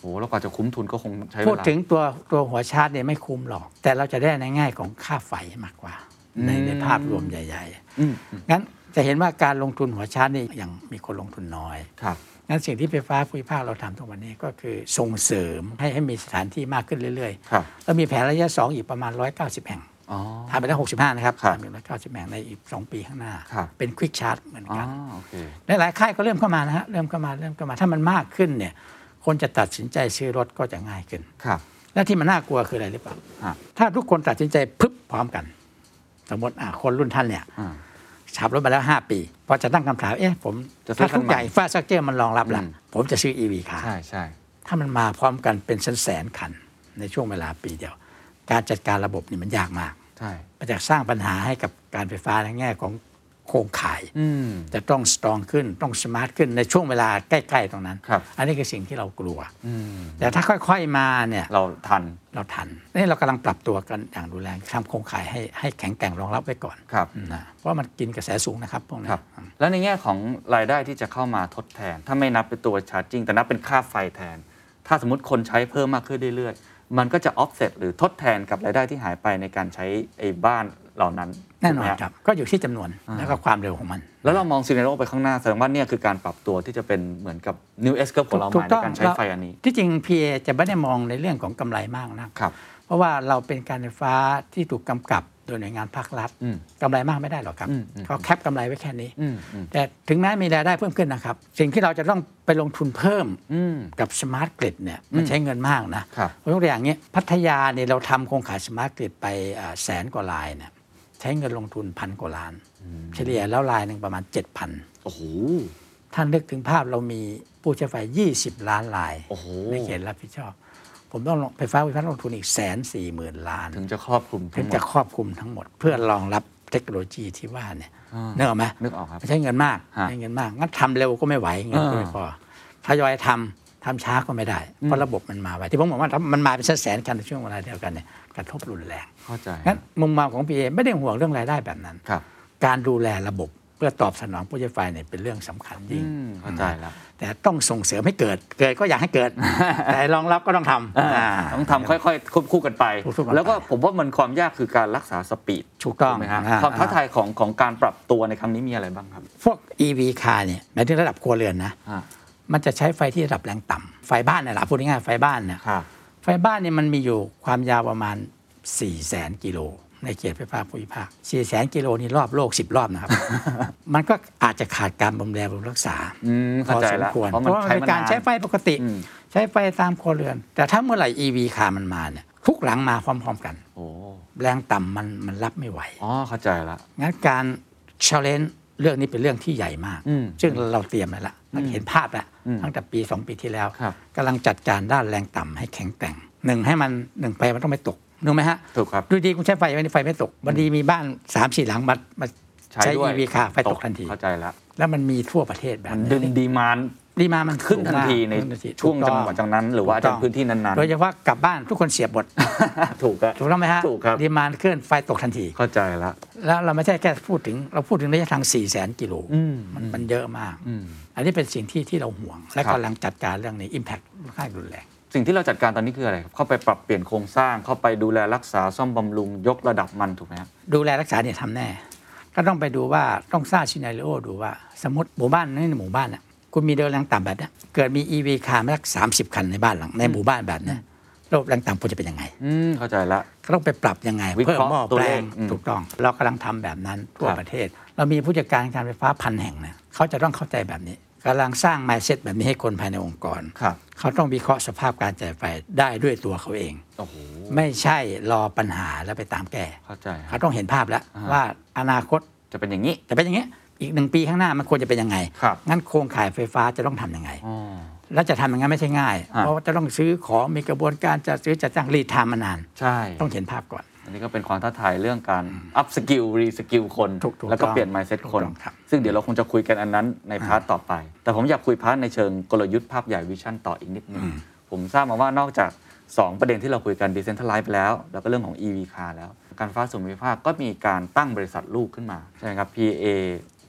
S1: อ้แล้วกว่าจะคุ้มทุนก็คงใช้เวลา
S2: พูดถึงตัวตัวหัวชาร์จเนี่ยไม่คุ้มหรอกแต่เราจะได้ในแง่ของค่าไฟมากกว่าในในภาพรวมใหญ่ๆงั้นจะเห็นว่าการลงทุนหัวชาร์จนี่ยังมีคนลงทุนน้อย
S1: ครับ
S2: งั้นสิ่งที่ไฟฟ้าภูมิภาคเราทำทุกวันนี้ก็คือส่งเสริมให้ให้มีสถานที่มากขึ้นเรื่อยๆแล้วมีแผนระยะสองอีกประมาณหนึ่งร้อยเก้าสิบแห่งทำไปได้หกสิบห้านะครับทำไปหนึ่งร้อยเก้าสิบแห่งในอีกสองปีข้างหน้าเป็นควิกชาร์จเหมือนกันหลายๆค่ายก็เริ่มเข้ามานะฮะเริ่มเข้ามาเริ่มเข้ามาถ้ามันมากขึ้นเนี่ยคนจะตัดสินใจซื้อรถก็จะง่ายขึ้นและที่มันน่ากลัวคืออะไรหรือเปล่าถ้าทุกคนตัดสินใจพึบพร้อมกันสมมติคนรุ่นท่านเนี่ยขับรถมาแล้วห้าปีพอจะตั้งคำถามเอ๊ะผมถ้าทุกอย่างอินฟราสตรัคเจอร์มันรองรับแล้วผมจะซื้อ อี วี คาร์
S1: ใช่ใช่
S2: ถ้ามันมาพร้อมกันเป็นแสนๆคันในช่วงเวลาปีเดียวการจัดการระบบนี่มันยากมาก
S1: ใช่
S2: มันจะสร้างปัญหาให้กับการไฟฟ้าในแง่ของโครงข่ายจะต้องสตรองขึ้นต้องสมาร์ทขึ้นในช่วงเวลาใกล้ๆตรงนั้นอันนี้คือสิ่งที่เรากลัวแต่ถ้าค่อยๆมาเนี่ย
S1: เราทัน
S2: เราทันนี่เรากำลังปรับตัวกันอย่างดูแลทำโครงข่ายให้ให้แข็งแกร่งรองรับไว้ก่อนนะเพราะมันกินกระแสสูงนะครับพวกนี้
S1: แล้วในแง่ของรายได้ที่จะเข้ามาทดแทนถ้าไม่นับเป็นตัวชาร์จจิ้งแต่นับเป็นค่าไฟแทนถ้าสมมติคนใช้เพิ่มมากขึ้นเรื่อยๆมันก็จะออฟเซตหรือทดแทนกับรายได้ที่หายไปในการใช้ไอ้บ้านเหล่านั้น
S2: แน่นอนครับก็อยู่ที่จำนวนและก็ความเร็วของมัน
S1: แล้วเรามองซีเนโรไปข้างหน้าแสดงว่านี่คือการปรับตัวที่จะเป็นเหมือนกับ New S curve ของเราในการใช้ไฟอันนี้
S2: ที่จริง พี เอ จะไม่ได้มองในเรื่องของกำไรมากนะครับเพราะว่าเราเป็นการไฟฟ้าที่ถูกกำกับโดยหน่วยงานภาครัฐกำไรมากไม่ได้หรอกครับเขาแคปกำไรไว้แค่นี้แต่ถึงแม้มีรายได้เพิ่มขึ้นนะครับสิ่งที่เราจะต้องไปลงทุนเพิ่มกับสมาร์ทกริดเนี่ยมันใช้เงินมากนะยกตัวอย่างนี้พัทยาเนี่ยเราทำโครงข่ายสมาร์ทกริดไปแสนกว่าลายเนี่ยใช้เงินลงทุนพันกว่าล้านเฉลี่ยแล้วลายหนึ่งประมาณ เจ็ดพัน
S1: โอ้โห
S2: ท่านนึกถึงภาพเรามีผู้ใช้ไฟยี่สิบล้านลายในเขตรับผิดชอบผมต้องไฟฟ้าวิพากษ์ลงทุนอีก หนึ่งแสนสี่หมื่น ล้าน
S1: ถึงจะครอบคลุม
S2: ถึงจะครอบคลุมทั้งหมดเพื่อรองรับเทคโนโลยีที่ว่าเนี่ยนึกออกไหม
S1: นึกออกครับ
S2: ใช้เงินมากใช้เงินมากงั้นทำเร็วก็ไม่ไหวเงินก็ไม่พอทยอยทำทำช้าก็ไม่ได้เพราะระบบมันมาไวที่ผมบอกว่ามันมาเป็นแสนๆกันในช่วงเวลาเดียวกันเนี่ยกระทบรุนแรง
S1: เข้าใจ
S2: งั้นมุมมองของ พี เอ ไม่ได้ห่วงเรื่องรายได้แบบนั้นการดูแลระบบเพื่อตอบสนองผู้ใช้ไฟเนี่ยเป็นเรื่องสำคัญยิ่ง
S1: เข้าใจแล้ว
S2: แต่ต้องส่งเสริมให้เกิดเกิดก็อยากให้เกิดแต่รองรับก็ต้องท
S1: ำต้องทำค่อยๆควบคู่กันไปแล้วก็ผมว่ามันความยากคือการรักษาสปีด
S2: ถูกต้อง
S1: ไหมครับความท้าทายของของการปรับตัวในครั้งนี้มีอะไรบ้างครับ
S2: พวก อี วี คาร์เนี่ยหมายถึงระดับครัวเรือนนะมันจะใช้ไฟที่ระดับแรงต่ำไฟบ้านเนี่ยแหละพูดง่ายๆไฟบ้านเนี่ยไฟบ้านเนี่ยมันมีอยู่ความยาวประมาณ สี่แสน กิโลในเขตไฟฟ้าภูมิภาค สี่แสน กิโลนี่รอบโลกสิบรอบนะครับ มันก็อาจจะขาดการบำรุงบำรุงรักษา
S1: พอสม
S2: ควรเพราะมันเป็นการใช้ไฟปกติใช้ไฟตามครัวเรือนแต่ถ้าเมื่อไหร่ อี วี คาร์มันมาเนี่ยทุกหลังมาพร้อมๆกันแรงต่ำมันมันรับไม่ไหว
S1: อ๋อเข้าใจแล้ว
S2: งั้นการ challenge เรื่องนี้เป็นเรื่องที่ใหญ่มากซึ่งเราเตรียมไว้แล้วเห็นภาพแล้วตั้งแต่ปีสองปีที่แล้วกำลังจัดการด้านแรงต่ำให้แข็งแกร่งหนึ่งให้มันหนึ่งไฟมันต้องไม่ตกนึกไหมฮะ
S1: ถูกครับ
S2: ดูดีคุณใช้ไฟไว้ในไฟไม่ตกบางทีมีบ้าน สามสี่ หลังมามาใช้ อี วี คาร์ไฟตกทันที
S1: เข้าใจแล้ว
S2: แล้วมันมีทั่วประเทศแบบ
S1: มันดึงดีมานด์
S2: ดีมามัน
S1: ขึ้นทันทีในช่วงจังหวะจังนั้นหรือว่าในพื้นที่นั้น
S2: ๆโดยเฉพาะกลับบ้านทุกคนเสียบหมด
S1: ถูกครับ
S2: ถูกต้องไหมฮะ
S1: ถูกครับ
S2: ดีมานด์ขึ้นไฟตกทันที
S1: เข้าใจแล้ว
S2: แล้วเราไม่ใช่แค่พูดถึงเราพูดถึงระยะทาง สี่แสน กิโลมันมันเยอะมากอันนี้เป็นสิ่งที่ที่เราห่วงและกำลังจัดการเรื่องนี้ impact ค่อนข้างรุนแรง
S1: สิ่งที่เราจัดการตอนนี้คืออะไรครับเข้าไปปรับเปลี่ยนโครงสร้างเข้าไปดูแลรักษาซ่อมบำรุงยกระดับมันถูกไหมครับ
S2: ดูแลรักษาเนี่ยทำแน่ก็ต้องไปดูว่าต้องสร้างซีนาริโอดูว่าสมมติหมู่บ้านในหมู่บ้านน่ะคุณมีเดินแรงต่ำแบบนี้เกิดมี อี วี คาร์มาสักสามสิบคันในบ้านหลังในหมู่บ้านแบบนี้ระบบแรงต่ำควรจะเป็นยังไง
S1: อืมเข้าใจละ
S2: ก็ต้องไปปรับยังไงเพิ่มหม้อแปลงถูกต้องเรากำลังทำแบบนั้นทั่วประเทศเรามีผู้จัดการการไฟฟ้าพันแห่งนะเขาจะต้องเข้าใจแบบนี้กำลังสร้าง mindset แบบนี้ให้คนภายในองค์กรเขาต้องวิเคราะห์สภาพการจ่ายไฟได้ด้วยตัวเขาเองไม่ใช่รอปัญหาแล้วไปตามแก้
S1: เข้าใจ
S2: เขาต้องเห็นภาพแล้วว่าอนาคต
S1: จะเป็นอย่างนี้
S2: จะเป็นอย่างนี้อีกหนึ่งปีข้างหน้ามันควรจะเป็นยังไงงั้นโครงข่ายไฟฟ้าจะต้องทำยังไงแล้วจะทำอย่างนั้นไม่ใช่ง่ายเพราะว่าจะต้องซื้อของมีกระบวนการจะซื้อจะจ้างรีดไทม์มานาน
S1: ใช่
S2: ต้องเห็นภาพก่อน
S1: อันนี้ก็เป็นความท้าทายเรื่องการอัพสกิลรีสกิลคนแล้วก็เปลี่ยน mindset คนซึ่งเดี๋ยวเราคงจะคุยกันอันนั้นในพาร์ทต่อไปแต่ผมอยากคุยพาร์ทในเชิงกลยุทธ์ภาพใหญ่วิชั่นต่ออีกนิดนึงผมทราบมาว่านอกจากสองประเด็นที่เราคุยกัน Decentralize ไปแล้วแล้วก็เรื่องของ อี วี Car แล้วการไฟฟ้าส่วนภูมิภาคก็มีการตั้งบริษัทลูกขึ้นมาใช่ไหมครับ พี เอ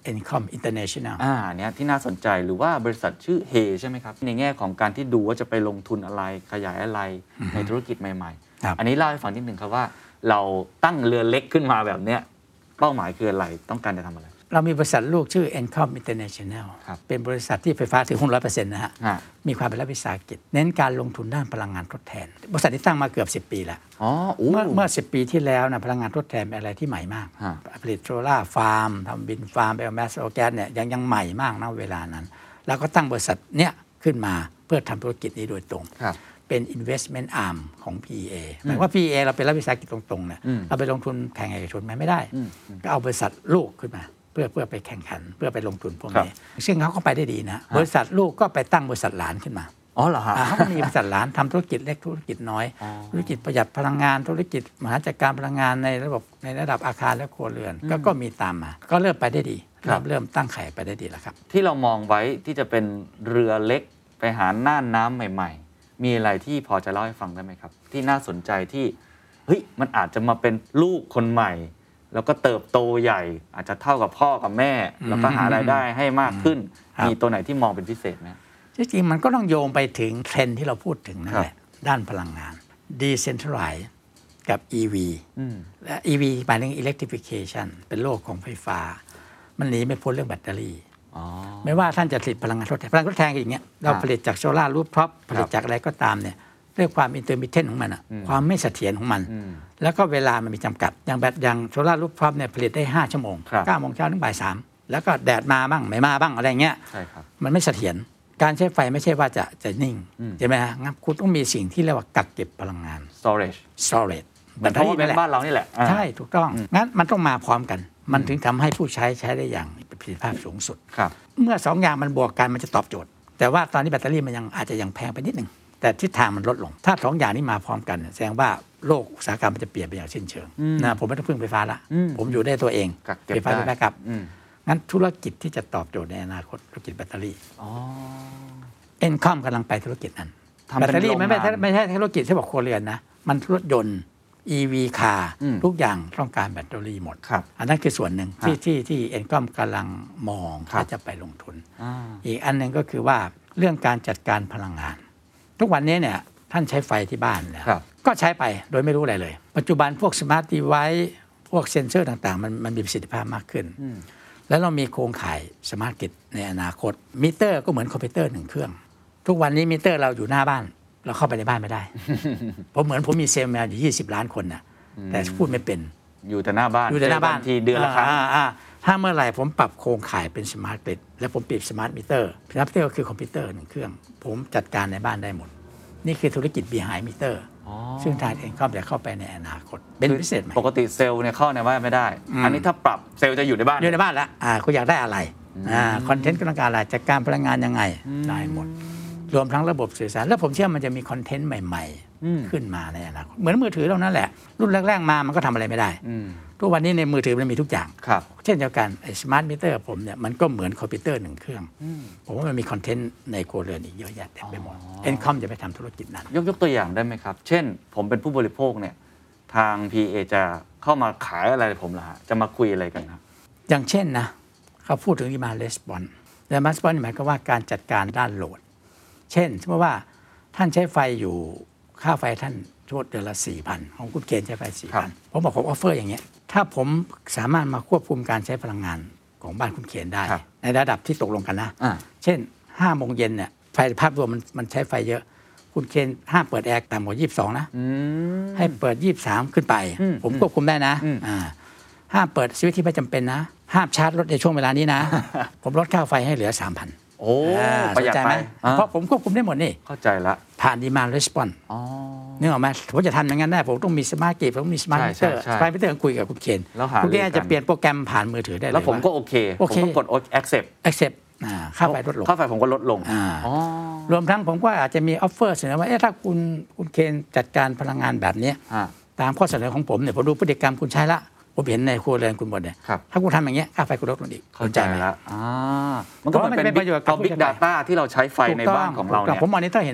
S2: Encom International
S1: อ่าเนี้ยที่น่าสนใจหรือว่าบริษัทชื่อเฮใช่ไหมครับในแง่ของการที่ดูว่าจะไปลงทุนอะไรขยายอะไรในธุรกิจใหม่ๆอันนี้เล่าให้ฟังนิดนึงครับว่าเราตั้งเรือเล็กขึ้นมาแบบเนี้ยเป้าหมายคืออะไรต้องการจะทำอะไร
S2: เรามีบริษัทลูกชื่อ Encom International เป็นบริษัทที่ไฟฟ้าถือหุ้น ร้อยเปอร์เซ็นต์ นะฮะมีความเป็นรัฐวิสาหกิจเน้นการลงทุนด้านพลังงานทดแทนบริษัทที่ตั้งมาเกือบสิบปีแล้ว
S1: อ๋อ
S2: เมื่อเมื่อสิบปีที่แล้วนะพลังงานทดแทนเป็นอะไรที่ใหม่มากผลิตโซล่าร์ฟาร์มทำวินฟาร์มไบโอแมสโอแก๊สเนี่ยยังยังใหม่มากนะเวลานั้นแล้วก็ตั้งบริษัทเนี้ยขึ้นมาเพื่อทำธุรกิจนี้โดยตรงเป็น investment arm ของ พี อี เอ หมายว่า พี อี เอ เราเป็นรัฐวิสาหกิจตรงๆเนี่ยเราไปลงทุนแข่งเอกชนไม่ได้ก็เอาบริษัทลูกขึ้นมาเพื่อเพื่อไปแข่งขันเพื่อไปลงทุนพวกนี้ซึ่งเขาก็ไปได้ดีนะบริษัทลูกก็ไปตั้งบริษัทหลานขึ้นมา
S1: อ๋อเหรอฮะ
S2: เขามีบริษัทหลานทำธุรกิจเล็กธุรกิจน้อยธุรกิจประหยัดพลังงานธุรกิจมหาจัดการพลังงานในระบบในระดับอาคารและครัวเรือนก็ก็มีตามมาก็เริ่มไปได้ดีเริ่มเริ่มตั้งไข่ไปได้ดีแล้วครับ
S1: ที่เรามองไว้ที่จะเป็นเรือเล็กไปหาน่านน้ำใหม่ๆมีอะไรที่พอจะเล่าให้ฟังได้ไหมครับที่น่าสนใจที่เฮ้ยมันอาจจะมาเป็นลูกคนใหม่แล้วก็เติบโตใหญ่อาจจะเท่ากับพ่อกับแม่แล้วก็หารายได้ให้มากขึ้นมีตัวไหนที่มองเป็นพิเศษไหม
S2: จริงๆมันก็ต้องโยงไปถึงเทรนด์ที่เราพูดถึงนั่นแหละด้านพลังงาน Decentralize กับ อี วี และ อี วี หมายถึง Electrification เป็นโลกของไฟฟ้ามันหนีไม่พ้นเรื่องแบตเตอรี่ไม่ว่าท่านจะผลิตพลังงานทดแทนพลังงานทดแทนอย่างเงี้ยเราผลิตจากโซล่าร์รูฟท็อปผลิตจากอะไรก็ตามเนี่ยเรื่องความอินเตอร์มิเทนต์ของมันอ่ะความไม่เสถียรของมันแล้วก็เวลามันมีจำกัดอย่างแบตอย่างโซล่าร์รูฟท็อปเนี่ยผลิตได้ห้าชั่วโมงเก้าโมงเช้าถึงบ่ายสามแล้วก็แดดมาบ้างไม่มาบ้างอะไรเงี้ยมันไม่เสถียรการใช้ไฟไม่ใช่ว่าจะจะนิ่งใช่ไหมฮะงั้นคุณต้องมีสิ่งที่เรียกว่ากักเก็บพลังงาน
S1: storage
S2: storage
S1: เหมือนที่เป็นบ้านเรานี่แหละ
S2: ใช่ถูกต้องงั้นมันต้องมาพร้อมกันมันถึงทำให้ผู้ใช้ใช้ได้อย่างประสิทธิภาพสูงสุดเมื่อสองอย่างมันบวกกันมันจะตอบโจทย์แต่ว่าตอนนี้แบตเตอรี่มันยังอาจจะยังแพงไปนิดนึงแต่ทิศทางมันลดลงถ้าสองอย่างนี้มาพร้อมกันแสดงว่าโลกอุตสาหกรรมมันจะเปลี่ยนไปอย่างสิ้นเชิงนะผมไม่ต้องพึ่งไฟฟ้าละผมอยู่ได้ตัวเองไฟฟ้าเป็นแบ็คอัพงั้นธุรกิจที่จะตอบโจทย์ในอนาคตธุรกิจแบตเตอรี่เอ็นคอมกำลังไปธุรกิจนั้นแบตเตอรี่ไม่ไม่ไม่ใช่ธุรกิจที่บอกครัวเรือนนะมันรถยนต์ อี วี คาร์ทุกอย่างต้องการแบตเตอรี่หมดอันนั้นคือส่วนหนึ่งที่ที่ที่เอ็นคอมกำลังมองว่าจะไปลงทุนอีกอันหนึ่งก็คือว่าเรื่องการจัดการพลังงานทุกวันนี้เนี่ยท่านใช้ไฟที่บ้านแล้วก็ใช้ไปโดยไม่รู้อะไรเลยปัจจุบันพวกสมาร์ทดีไวซ์พวกเซ็นเซอร์ต่างๆมันมันมีประสิทธิภาพมากขึ้นแล้วเรามีโครงข่ายสมาร์ทกริดในอนาคตมิเตอร์ก็เหมือนคอมพิวเตอร์หนึ่งเครื่องทุกวันนี้มิเตอร์เราอยู่หน้าบ้านเราเข้าไปในบ้านไม่ได้ ผมเหมือนผมมีเซลล์แมวอยู่ยี่สิบล้านคนน่ะแต่พูดไม่เป็น
S1: อยู่แต่หน้าบ้าน
S2: อยู่แต่หน้าบ้าน
S1: ทีเดือนละครั้ง
S2: ถ้าเมื่อไหร่ผมปรับโครงข่ายเป็นสมาร์ทกริดและผมปิดสมาร์ทมิเตอร์สมาร์ทมิเตอร์ก็คือคอมพิวเตอร์หนึ่งเครื่องผมจัดการในบ้านได้หมดนี่คือธุรกิจ behind meter ซึ่งทางเอ็นคอมจะเข้าไปในอนาคตเป็นพิเศษไหม
S1: ปกติเซลล์เนี่ยเข้าในบ้านไม่ได้อันนี้ถ้าปรับเซลล์จะอยู่ในบ้าน
S2: อยู่ในบ้านแล้วอ่าคุณอยากได้อะไรอ่าคอนเทนต์ต้องการอะไรจัดการพลังงานยังไงได้หมดรวมทั้งระบบสื่อสารแล้วผมเชื่อมันจะมีคอนเทนต์ใหม่ๆขึ้นมาในอนาคตเหมือนมือถือเรานั่นแหละรุ่นแรกๆมามันก็ทำอะไรไม่ได้ทุกวันนี้ในมือถือมันมีทุกอย่างเช่นเดียวกันไอ้สมาร์ทมิเตอร์ผมเนี่ยมันก็เหมือนคอมพิวเตอร์หนึ่งเครื่องผมว่ามันมีคอนเทนต์ในครัวเรือนอีกเยอะแยะเต็มไปหมดเอ็นคอมจะไปทำธุรกิจนั้น
S1: ยกยกตัวอย่างได้ไหมครับเช่นผมเป็นผู้บริโภคเนี่ยทาง พี เอ จะเข้ามาขายอะไรผมล่ะจะมาคุยอะไรกันครับ
S2: อย่างเช่นนะเขาพูดถึง demand response demand response หมายความว่าการจัดการด้านโหลดเช่นสมมติว่าท่านใช้ไฟอยู่ค่าไฟท่านโทษเดือนละ สี่พัน ของคุณเกณฑ์ใช้ไฟ สี่พัน ผมบอกผมออฟเฟอร์อย่างเงี้ยถ้าผมสามารถมาควบคุมการใช้พลังงานของบ้านคุณเขนได้ในระดับที่ตกลงกันนะเช่นห้าโมงเย็นเนี่ยไฟภาพรวมมันมันใช้ไฟเยอะคุณเขนห้ามเปิดแอร์ต่ำกว่ายี่สิบสองนะให้เปิดยี่สิบสามขึ้นไปผมควบคุมได้นะห้ามเปิดสวิตช์ที่ไม่จำเป็นนะห้ามชาร์จรถในช่วงเวลานี้นะ ผมลดค่าไฟให้เหลือ สามพัน
S1: โอ้ประหยัดไหม
S2: เพราะผมควบคุมได้หมดนี่
S1: เข้าใจละ
S2: ผ่าน demand response นึกออกไหมผมจะทำอย่างนั้นได้ผมต้องมีสมาร์ทกริดผมต้องมีสมาร์ทมิเตอร์สมาร์ทมิเตอร์คุยกับคุณเคนคุณเคนจะเปลี่ยนโปรแกรมผ่านมือถือได้เลย
S1: แล้วผมก็โอเคผมก็กด accept
S2: accept ค่าไฟลดลง
S1: ค่าไฟผมก็ลดลง
S2: รวมทั้งผมก็อาจจะมีออฟเฟอร์เสนอว่าถ้าคุณคุณเคนจัดการพลังงานแบบนี้ตามข้อเสนอของผมเนี่ยผมดูพฤติกรรมคุณใช้ละผมเห็นในครัวเรือนคุณหมดเนี่ยถ้าคุณทำอย่างเงี้ยค่าไฟคุณลดลงอีก
S1: เข้าใจแล้วมันก็เป็นประโยชน์กับ Big Data ที่เราใช้ไฟในบ้านของเราเนี่ย
S2: ผมมอนิเตอร์เห็นหมด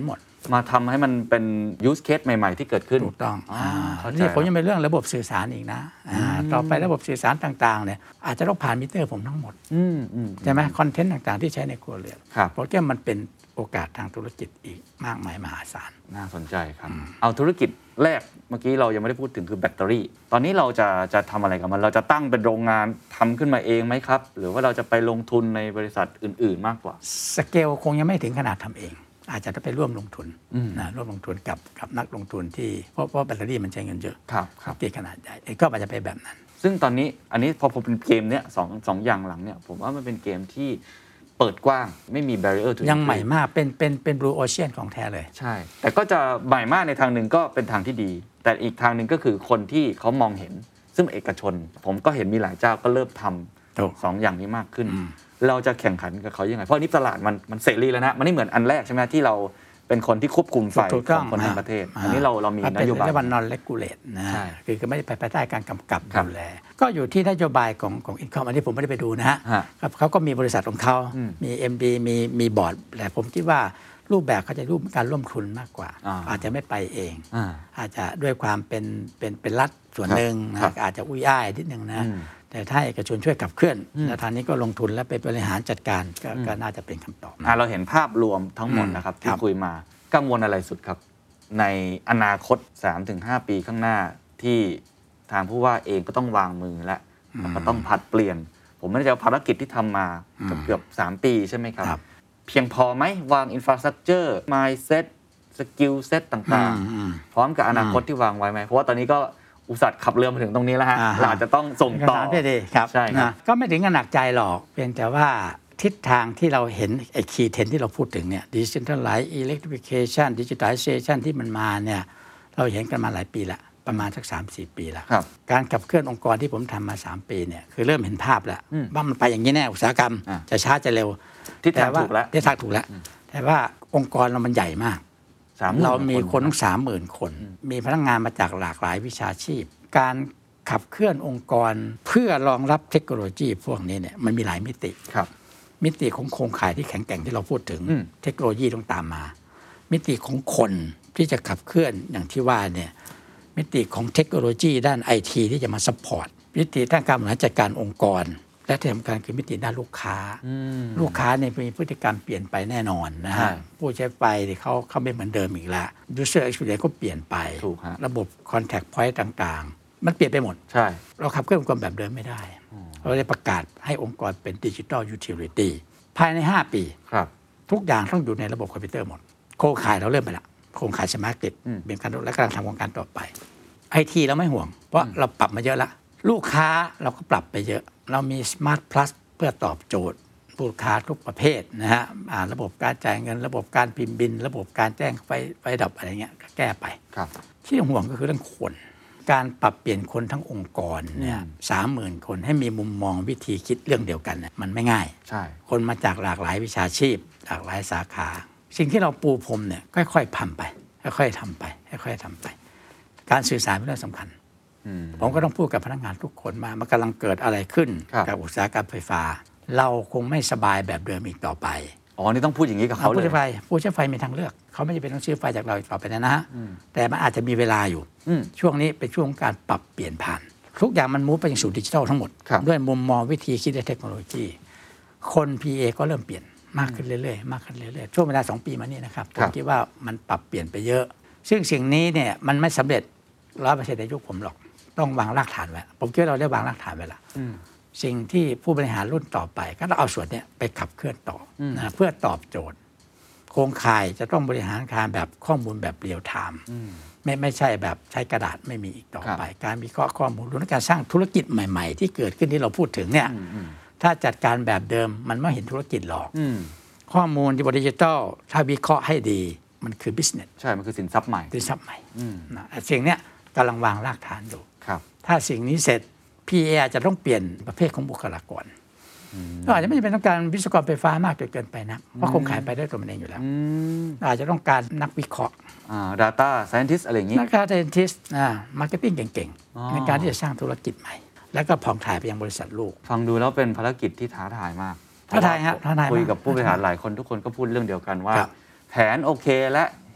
S1: มาทำให้มันเป็น use case ใหม่ๆที่เกิดขึ้น
S2: ถูกต้อง
S1: อ่าเข้าใจ
S2: นี่ผมยังเป็นเรื่องระบบสื่อสารอีกนะอ่าต่อไประบบสื่อสารต่างๆเนี่ยอาจจะต้องผ่านมิเตอร์ผมทั้งหมด
S1: อืมอืม
S2: ใช่ไหมคอนเทนต์ต่างๆที่ใช้ในครัวเรือน
S1: ครับ
S2: เพราะแก้มันเป็นโอกาสทางธุรกิจอีกมากมายมหาศาล
S1: น่าสนใจครับ เอาธุรกิจแรกเมื่อกี้เรายังไม่ได้พูดถึงคือแบตเตอรี่ ตอนนี้เราจะจะทำอะไรกับมัน เราจะตั้งเป็นโรงงานทำขึ้นมาเองไหมครับ หรือว่าเราจะไปลงทุนในบริษัทอื่นๆมากกว่า
S2: สเกลคงยังไม่ถึงขนาดทำเอง อาจจะต้องไปร่วมลงทุนนะร่วมลงทุนกับกับนักลงทุนที่เพราะเพราะแบตเตอรี่มันใช้เงินเยอะ
S1: ครับครับ
S2: เกขนาดใหญ่ก็อาจจะไปแบบนั้น
S1: ซึ่งตอนนี้อันนี้พอผมเป็นเกมเนี้ยสองสองอย่างหลังเนี่ยผมว่ามันเป็นเกมที่เปิดกว้างไม่มี barrier to entry
S2: ยังใหม่มากเป็นเป็นเป็น blue ocean ของแท้เลย
S1: ใช่ แต่ก็จะใหม่มากในทางหนึ่งก็เป็นทางที่ดี แต่อีกทางหนึ่งก็คือคนที่เขามองเห็นซึ่งเอกชน ผมก็เห็นมีหลายเจ้าก็เริ่มท
S2: ถูก
S1: ำสองอย่างนี้มากขึ้น เราจะแข่งขันกับเขายังไงเพราะนี่ตลาดมันมันเสรีแล้วนะมันไม่เหมือนอันแรกใช่ไหมที่เราเป็นคนที่ควบคุมฝ่าย
S2: ถูก
S1: ข
S2: ต้
S1: อง คนทั้งประเทศ
S2: อ่า
S1: อันนี้เราเรามี
S2: มัน
S1: น
S2: เป็น
S1: โยบาย
S2: เรียกว่า non regulate นะ
S1: ใช่
S2: คือคือไม่ได้ไปภายใต้การกำกับ
S1: ครับ
S2: ดูแลก็อยู่ที่นโยบายของของอินคอมอันนี้ผมไม่ได้ไปดูนะฮะ
S1: ฮะ
S2: ครับเขาก็มีบริษัทของเขา
S1: อืม
S2: มี เอ็ม ดี มีมีบอร์ดแต่ผมคิดว่ารูปแบบเขาจะรูปการร่วมทุนมากกว่า
S1: อ่า
S2: อาจจะไม่ไปเอง
S1: อ่า
S2: อาจจะด้วยความเป็นเป็นเป็นรัฐส่วน
S1: ครับ
S2: หนึ่งนะครับ อาจจะอุ้ยอ้ายนิดหนึ่งนะ
S1: อืม
S2: แต่ถ้าเอกชนช่วยขับเคลื่อนแล้วทางนี้ก็ลงทุนและไปบริหารจัดการก็ก็น่าจะเป็นคำตอบ
S1: อ่ะเราเห็นภาพรวมทั้งหมดนะครับ
S2: ค
S1: ที่
S2: รับ
S1: คุยมากังวลอะไรสุดครับ ในอนาคต สามถึงห้า ปีข้างหน้าที่ทางผู้ว่าเองก็ต้องวางมือและแล้วก็ต้องพัดเปลี่ยน ผมไม่ได้จะภารกิจที่ทำมาเกือบเกือบสามปีใช่ไหมครับ
S2: ครับ
S1: เพียงพอไหมวางอินฟราสตรักเจอร์ mindset สกิลเซ็ตต่าง
S2: อืม
S1: ๆ พร้อมกับอนาคตที่วางไว้ไหมเพราะว่าตอนนี้ก็อุตส่าห์ขับเรือมาถึงตรงนี้แล้วฮะ
S2: อ่าฮะ
S1: เราอาจจะต้องส่งต่อ
S2: คำถามที่ดีครับ
S1: ใช่ครับ
S2: นะก็ไม่ถึงกับหนักใจหรอกเพียงแต่ว่าทิศทางที่เราเห็นไอ้คีย์เทนที่เราพูดถึงเนี่ย decentralized electrification digitalization ที่มันมาเนี่ยเราเห็นกันมาหลายปีละประมาณสัก สามถึงสี่ ปีแล้ว
S1: ครับ
S2: การขับเคลื่อนองค์กรที่ผมทำมา สาม ปีเนี่ยคือเริ่มเห็นภาพแล้ว
S1: อืม
S2: ว่ามันไปอย่างนี้แน่อุตสาหกรรม
S1: อ่ะ
S2: จะช้าจะเร็ว
S1: ทิศทาง
S2: ต่
S1: ถูกแล้ว
S2: ทิศทางถูกแล้ว แต่ว่าองค์กรเรามันใหญ่มาก
S1: สามหมื่น
S2: เรามี
S1: กว่
S2: คนทั้งสามหมื่นคน มีพนักงานมาจากหลากหลายวิชาชีพ การขับเคลื่อนองค์กรเพื่อรองรับเทคโนโลยีพวกนี้เนี่ยมันมีหลายมิติ
S1: ครับ
S2: มิติของโครงข่ายที่แข็งแกร่งที่เราพูดถึง
S1: อืม
S2: เทคโนโลยีต้องตามมา มิติของคนที่จะขับเคลื่อนอย่างที่ว่าเนี่ยมิติของเทคโนโลยีด้านไอทีที่จะมาซัพพอร์ตมิติด้านการบริหารจัดการองค์กร และที่สำคัญคือมิติด้านลูกค้า ลูกค้าเนี่ยมีพฤติกรรมเปลี่ยนไปแน่นอนนะ
S1: ใช่
S2: ฮะผู้ใช้ไฟเนี่ยเขาเขาไม่เหมือนเดิมอีกแล้ว user experience ก็เปลี่ยนไป
S1: ถูกฮะ
S2: ระบบ contact point ต่างๆ มันเปลี่ยนไปหมด
S1: ใช่
S2: เราขับเคลื่อนองค์กรแบบเดิมไม่ได้ เราได้ประกาศให้องค์กรเป็นดิจิทัลยูทิลิตี้ภายใน ห้า ปี
S1: ครับ
S2: ทุกอย่างต้องอยู่ในระบบคอมพิวเตอร์หมด โครงข่ายเราเริ่มไปละโครงข่ายสมาร์ทกริด
S1: อืม
S2: เป็นการและกำลังทำโครงการต่อไปไอทีเราไม่ห่วง เพราะเราปรับมาเยอะละลูกค้าเราก็ปรับไปเยอะ เรามี Smart Plus เพื่อตอบโจทย์ลูกค้าทุกประเภทนะฮะอ่าระบบการจ่ายเงิน ระบบการพิมพ์บิน ระบบการแจ้งไฟไฟดับอะไรเงี้ยก็แก้ไป
S1: ครับ
S2: ที่ห่วงก็คือเรื่องคน การปรับเปลี่ยนคนทั้งองค์กรเนี่ยสามหมื่นคนให้มีมุมมองวิธีคิดเรื่องเดียวกันเนี่ยมันไม่ง่าย
S1: ใช่
S2: คนมาจากหลากหลายวิชาชีพ หลากหลายสาขา สิ่งที่เราปูพรมเนี่ยค่อยๆทำไปค่อยๆทำไปค่อยๆทำไป การสื่อสารเป็นเรื่องสำคัญ
S1: อืม
S2: ผมก็ต้องพูดกับพนักงานทุกคนมามันกำลังเกิดอะไรขึ้น
S1: ครับ
S2: กับอุตสาหกรรมไฟฟ้า เราคงไม่สบายแบบเดิมอีกต่อไป
S1: อ๋อ นี่ต้องพูดอย่างนี้กับเขา
S2: ผู้
S1: เลย
S2: ใช้ไฟผู้ใช้ไฟมีทางเลือก เขาไม่จำเป็นต้องซื้อไฟจากเราอีกต่อไปนะฮะแต่มันอาจจะมีเวลาอยู่
S1: อืม
S2: ช่วงนี้เป็นช่วงของการปรับเปลี่ยนผ่าน ทุกอย่างมันมูฟไปสู่ดิจิทัลทั้งหมด
S1: ครับ
S2: ด้วยมุมมองวิธีคิดและเทคโนโลยี คน พี เอ ก็เริ่มเปลี่ยนมากขึ้นเรื่อยๆมากขึ้นเรื่อยๆช่วงเวลาสองปีมานี้นะครับผมคิดว่ามันปรับเปลี่ยนไปเยอะ ซึ่งสิ่งนี้เนี่ยมันไม่สำเร็จร้อยเปอร์เซ็นต์ในยุคผมหรอกต้องวางรากฐานไว้ผมคิดว่าเราได้วางรากฐานไว้แล้ว
S1: อืม
S2: สิ่งที่ผู้บริหารรุ่นต่อไปก็ต้องเอาส่วนเนี้ยไปขับเคลื่อนต่ออนะเพื่อตอบโจทย์ โครงข่ายจะต้องบริหารการแบบข้อมูลแบบเรียลไทม์ไม่ไม่ใช่แบบใช้กระดาษไม่มีอีกต่อไป การวิเคราะห์ข้อมูลรวมถึงการสร้างธุรกิจใหม่ๆ ที่เกิดขึ้นที่เราพูดถึงเนี่ยถ้าจัดการแบบเดิมมันไม่เห็นธุรกิจหรอก
S1: อืม
S2: ข้อมูลที่ดิจิทัลถ้าวิเคราะห์ให้ดีมันคือ business
S1: ใช่ มันคือสินทรัพย์ใหม่
S2: ที่ซับใหม่นะสิ่งเนี้ยกำลังวางรากฐานอยู่
S1: ครับ
S2: ถ้าสิ่งนี้เสร็จ พี เอ อาจจะต้องเปลี่ยนประเภทของบุคลากรก็อาจจะไม่จำเป็นต้องการวิศวกรไฟฟ้ามากจนเกินไปนะเพราะโครงข่ายไปได้ตัวมันเองอยู่แล้ว
S1: อืม
S2: อาจจะต้องการนักวิเคราะห์
S1: อ่า data scientist อะไรอย่างนี้
S2: นักการเทนทิสนะมาร์เก็ตติ้งเก่ง
S1: อ๋อ
S2: ๆ ในการที่จะสร้างธุรกิจใหม่ แล้วก็ผ่องถ่ายไปยังบริษัทลูก
S1: ฟังดูแล้วเป็นภารกิจที่ท้าทายมาก
S2: ท้าทายฮะท้าทายมาก
S1: คุยกับผู้บริหารหลายคนทุกคนก็พูดเรื่องเดียวกันว่า
S2: ครับ
S1: แผนโอเคและ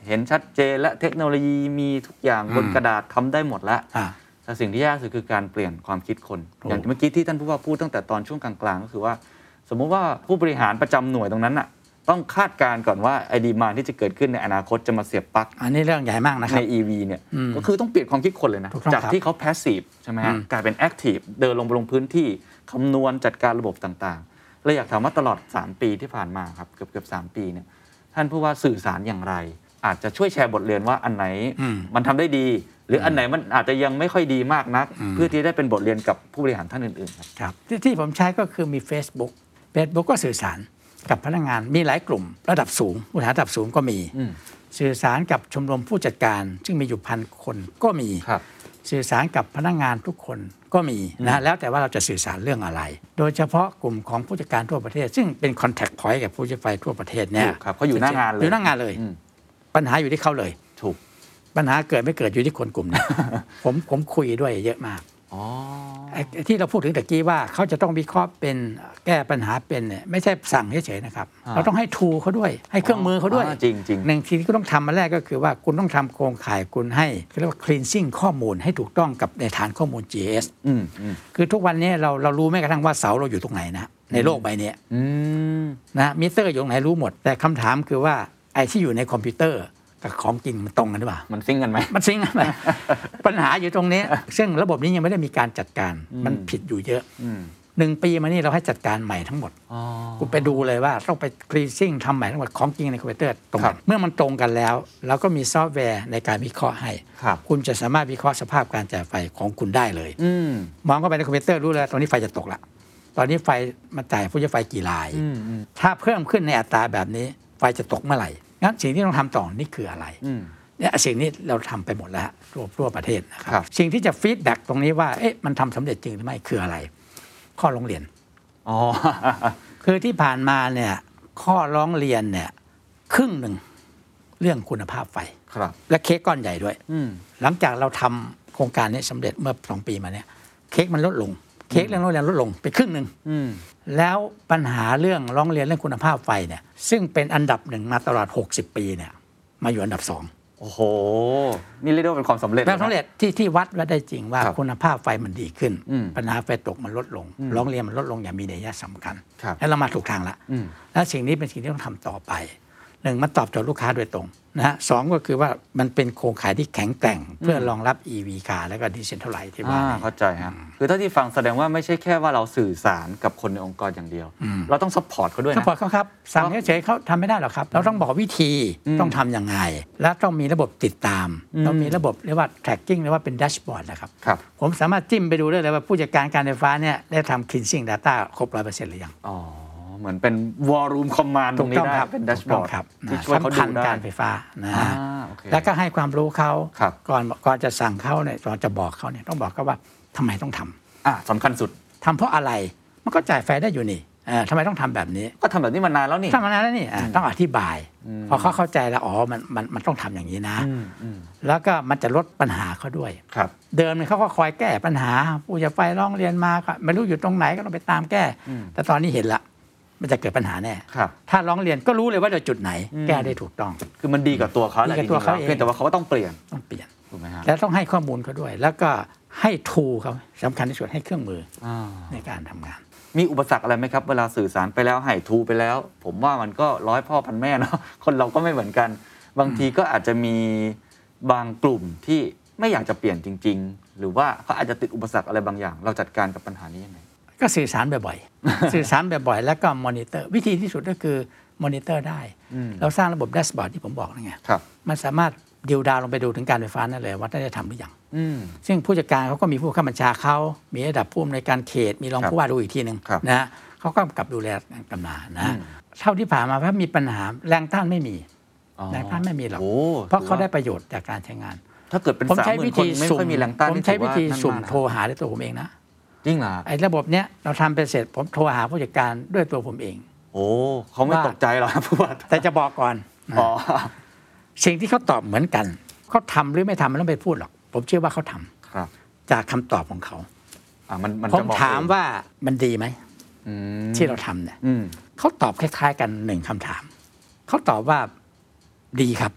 S1: เห็นชัดเจนและเทคโนโลยีมีทุกอย่างบนกระดาษทำได้หมดแล้วแต่สิ่งที่ยากสุดคือการเปลี่ยนความคิดคนอย่างเมื่อกี้ที่ท่านผู้ว่าพูดตั้งแต่ตอนช่วงกลางๆก็คือว่าสมมุติว่าผู้บริหารประจำหน่วยตรงนั้นน่ะต้องคาดการณ์ก่อนว่าไอ้ดีมานด์ที่จะเกิดขึ้นในอนาคตจะมาเสียบปลั๊ก
S2: อันนี้เรื่องใหญ่มากนะครับ
S1: ใน อี วี เนี่ยก็คือต้องเปลี่ยนความคิดคนเลยนะจากที่เขา passive ใช่ไหมฮะกลายเป็น active เดินลงไปลงพื้นที่คำนวณจัดการระบบต่างๆเลยอยากถามว่าตลอดสามปีที่ผ่านมาครับเกือบๆสามปีเนี่ยท่านผู้ว่าสื่อสารอย่างไรอาจจะช่วยแชร์บทเรียนว่าอันไหนมันทำได้ดีหรืออันไหนมันอาจจะยังไม่ค่อยดีมากนักเพื่อที่ได้เป็นบทเรียนกับผู้บริหารท่านอื่นๆครับ
S2: ครับที่ผมใช้ก็คือมี Facebook Facebook ก็สื่อสารกับพนักงานมีหลายกลุ่มระดับสูงผู้บริหารระดับสูงก็มีสื่อสารกับชมรมผู้จัดการซึ่งมีอยู่พันคนก็มีสื่อสารกับพนักงานทุกคนก็มีนะแล้วแต่ว่าเราจะสื่อสารเรื่องอะไรโดยเฉพาะกลุ่มของผู้จัดการทั่วประเทศซึ่งเป็น contact point กับผู้ใช้ไฟทั่วประเทศเนี่ย
S1: เขาอยู่หน้างานเลย
S2: อยู่หน้างานเลยปัญหาอยู่ที่เขาเลย
S1: ถูก
S2: ปัญหาเกิดไม่เกิดอยู่ที่คนกลุ่มนี้ ผมผมคุยด้วยเยอะมากที่เราพูดถึงตะกี้ว่าเขาจะต้องวิเคราะห์เป็นแก้ปัญหาเป็นเนี่ยไม่ใช่สั่งเฉยๆนะครับเราต้องให้ทูเขาด้วยให้เครื่องมือเขาด้วย
S1: จริงๆ
S2: หนึ่งทีที่ต้องทำมาแรกก็คือว่าคุณต้องทำโครงข่ายคุณให้เรียกว่า cleansing ข้อมูลให้ถูกต้องกับในฐานข้อมูล จี เอส คือทุกวันนี้เราเรารู้แม้กระทั่งว่าเสาเราอยู่ตรงไหนนะในโลกใบนี้นะมิเตอร์อยู่ตรงไหนรู้หมดแต่คำถามคือว่าไอ้ที่อยู่ในคอมพิวเตอร์กับของจริงมันตรงกันหรือเปล่า
S1: มันซิงกันไหม
S2: มันซิงกันไหม ปัญหาอยู่ตรงนี้ซึ่งระบบนี้ยังไม่ได้มีการจัดการมันผิดอยู่เยอะหนึ่งปีมานี้เราให้จัดการใหม่ทั้งหมดคุณไปดูเลยว่าต้องไปคลีนซิ่งทำใหม่ทั้งหมดของจริงในคอมพิวเตอร์ตรงกันเมื่อมันตรงกันแล้วเราก็มีซอฟต์แวร์ในการวิเคราะห์ให้คุณจะสามารถวิเคราะห์สภาพการจ่ายไฟของคุณได้เลยมองเข้าไปในคอมพิวเตอร์รู้เลยตอนนี้ไฟจะตกละตอนนี้ไฟมันจ่ายผู้ใช้ไฟกี่รายถ้าเพิ่มขึ้นในอัตราแบบนี้ไฟจะตกเมื่อไหร่งั้นสิ่งที่ต้องทำต่อนี่คืออะไรเนี่ยสิ่งนี้เราทำไปหมดแล้วทั่วทั่วประเทศนะครับสิ่งที่จะฟีดแบ็กตรงนี้ว่าเอ๊ะมันทำสำเร็จจริงหรือไม่คืออะไรข้อร้องเรียนอ๋อ คือที่ผ่านมาเนี่ยข้อร้องเรียนเนี่ยครึ่งหนึ่งเรื่องคุณภาพไฟและเค้กก้อนใหญ่ด้วยหลังจากเราทำโครงการนี้สำเร็จเมื่อสองปีมาเนี่ยเค้กมันลดลงเค้กเรื่องร้องเรียนลดลงไปครึ่งหนึ่งแล้วปัญหาเรื่องร้องเรียนเรื่องคุณภาพไฟเนี่ยซึ่งเป็นอันดับหนึ่งมาตลอดหกสิบปีเนี่ยมาอยู่อันดับสอง
S1: โอ้โหนี่เรียกว่าเป็นความสำเร็จ
S2: ความสำเร็จที่ที่วัดว่าได้จริงว่าคุณภาพไฟมันดีขึ้นปัญหาไฟตกมันลดลงร้องเรียนมันลดลงอย่างมีนัยสำคัญแล้วเรามาถูกทางละและสิ่งนี้เป็นสิ่งที่ต้องทำต่อไปหนึ่งมันตอบโจทย์ลูกค้าโดยตรงนะฮะสองก็คือว่ามันเป็นโครงข่ายที่แข็งแกร่งเพื่อรองรับ อี วี Car แล้วก็ Decentralized ที่ว่า
S1: เข้าใจครับคือถ้าที่ฟังแสดงว่าไม่ใช่แค่ว่าเราสื่อสารกับคนในองค์กรอย่างเดียวเราต้องซัพพอร์ตเขาด้วยนะ
S2: ซัพพอร์ตเขาครับสั่งเฉยๆเขาทำไม่ได้หรอกครับเราต้องบอกวิธีต้องทำยังไงและต้องมีระบบติดตามต้องมีระบบเรียกว่า tracking เรียกว่าเป็น dashboard นะครับผมสามารถจิ้มไปดูได้เลยว่าผู้จัดการการไฟฟ้าเนี่ยได้ทำ cleansing data ครบ ร้อยเปอร์เซ็นต์ หรือยัง
S1: เหมือนเป็น war room command ตรงนี้ได้เป็น dashboard
S2: ที่ช่วยเขาดูได้การไฟฟ้านะแล้วก็ให้ความรู้เขาก่อนก่อนจะสั่งเขาเนี่ยก่อนจะบอกเขาเนี่ยต้องบอกเขาว่าทำไมต้องทำ
S1: อ่ะสำคัญสุด
S2: ทำเพราะอะไรมันก็จ่ายไฟได้อยู่นี่ทำไมต้องทำแบบนี้
S1: ก็ทำแบบนี้มานานแล้วนี่
S2: ทำมานานแล้วนี่ต้องอธิบายพอเขาเข้าใจแล้วอ๋อมันมันมันต้องทำอย่างนี้นะแล้วก็มันจะลดปัญหาเขาด้วยเดิมเนี่ยเขาก็คอยแก้ปัญหาผู้จะไฟร้องเรียนมาก็ไม่รู้อยู่ตรงไหนก็ต้องไปตามแก้แต่ตอนนี้เห็นละมันจะเกิดปัญหาแน่ถ้าร้องเรียนก็รู้เลยว่าเราจุดไหนแก้ได้ถูกต้อง
S1: คือมันดีกับตัวเขาแหละ
S2: ดีกับตัวเขาเอง
S1: แต่ว่าเขาก็ต้องเปลี่ยน
S2: ต้องเปลี่ยนถูกไหมครับแล้วต้องให้ข้อมูลเขาด้วยแล้วก็ให้ทูเขาสำคัญที่สุดให้เครื่องมือในการทำงาน
S1: มีอุปสรรคอะไรไหมครับเวลาสื่อสารไปแล้วให้ทูไปแล้วผมว่ามันก็ร้อยพ่อพันแม่เนาะคนเราก็ไม่เหมือนกันบางทีก็อาจจะมีบางกลุ่มที่ไม่อยากจะเปลี่ยนจริงๆหรือว่าเขาอาจจะติดอุปสรรคอะไรบางอย่างเราจัดการกับปัญหานี้ยังไง
S2: ก็สื่อสารบ่อยๆ สื่อสารบ่อยๆแล้วก็มอนิเตอร์วิธีที่สุดก็คือมอนิเตอร์ได้เราสร้างระบบแดชบอร์ดที่ผมบอกนั่นไงมันสามารถดิวดาวลงไปดูถึงการไฟฟ้านั่นเลยว่าได้ทำหรือยังซึ่งผู้จัดการเขาก็มีผู้ข้าบัญชาเขามีระดับผู้อำนวยการเขตมีรองผู้ว่าดูอีกทีนึงนะเขาก็กำกับดูแลกำนานะเท่าที่ผ่านมาถ้ามีปัญหาแรงต้านไม่มีแรงต้านไม่มีหรอกเพราะเขาได้ประโยชน์จากการใช้งาน
S1: ถ้าเกิดเป็นสามหมื่นคนไม่ค่อยมีแรงต้าน
S2: ผมใช้วิธีสุ่มโทรหาด้วยตัวผมเองนะ
S1: จริงเหรอ
S2: ไอ้ระบบเนี้ยเราทำไปเสร็จผมโทรหาผู้จัดการด้วยตัวผมเอง
S1: โอ้เขาไม่ตกใจหรอกผู้ว่า
S2: แต่จะบอกก่อนอ๋อสิ่งที่เขาตอบเหมือนกันเขาทำหรือไม่ทำมันต้องไปพูดหรอกผมเชื่อว่าเขาทำครับจากคำตอบของเขา
S1: อ่ามันมัน
S2: ผมถามว่ามันดีไหมที่เราทำเนี่ยเขาตอบคล้ายๆกันหนึ่งคำถามเขาตอบว่าดีครับ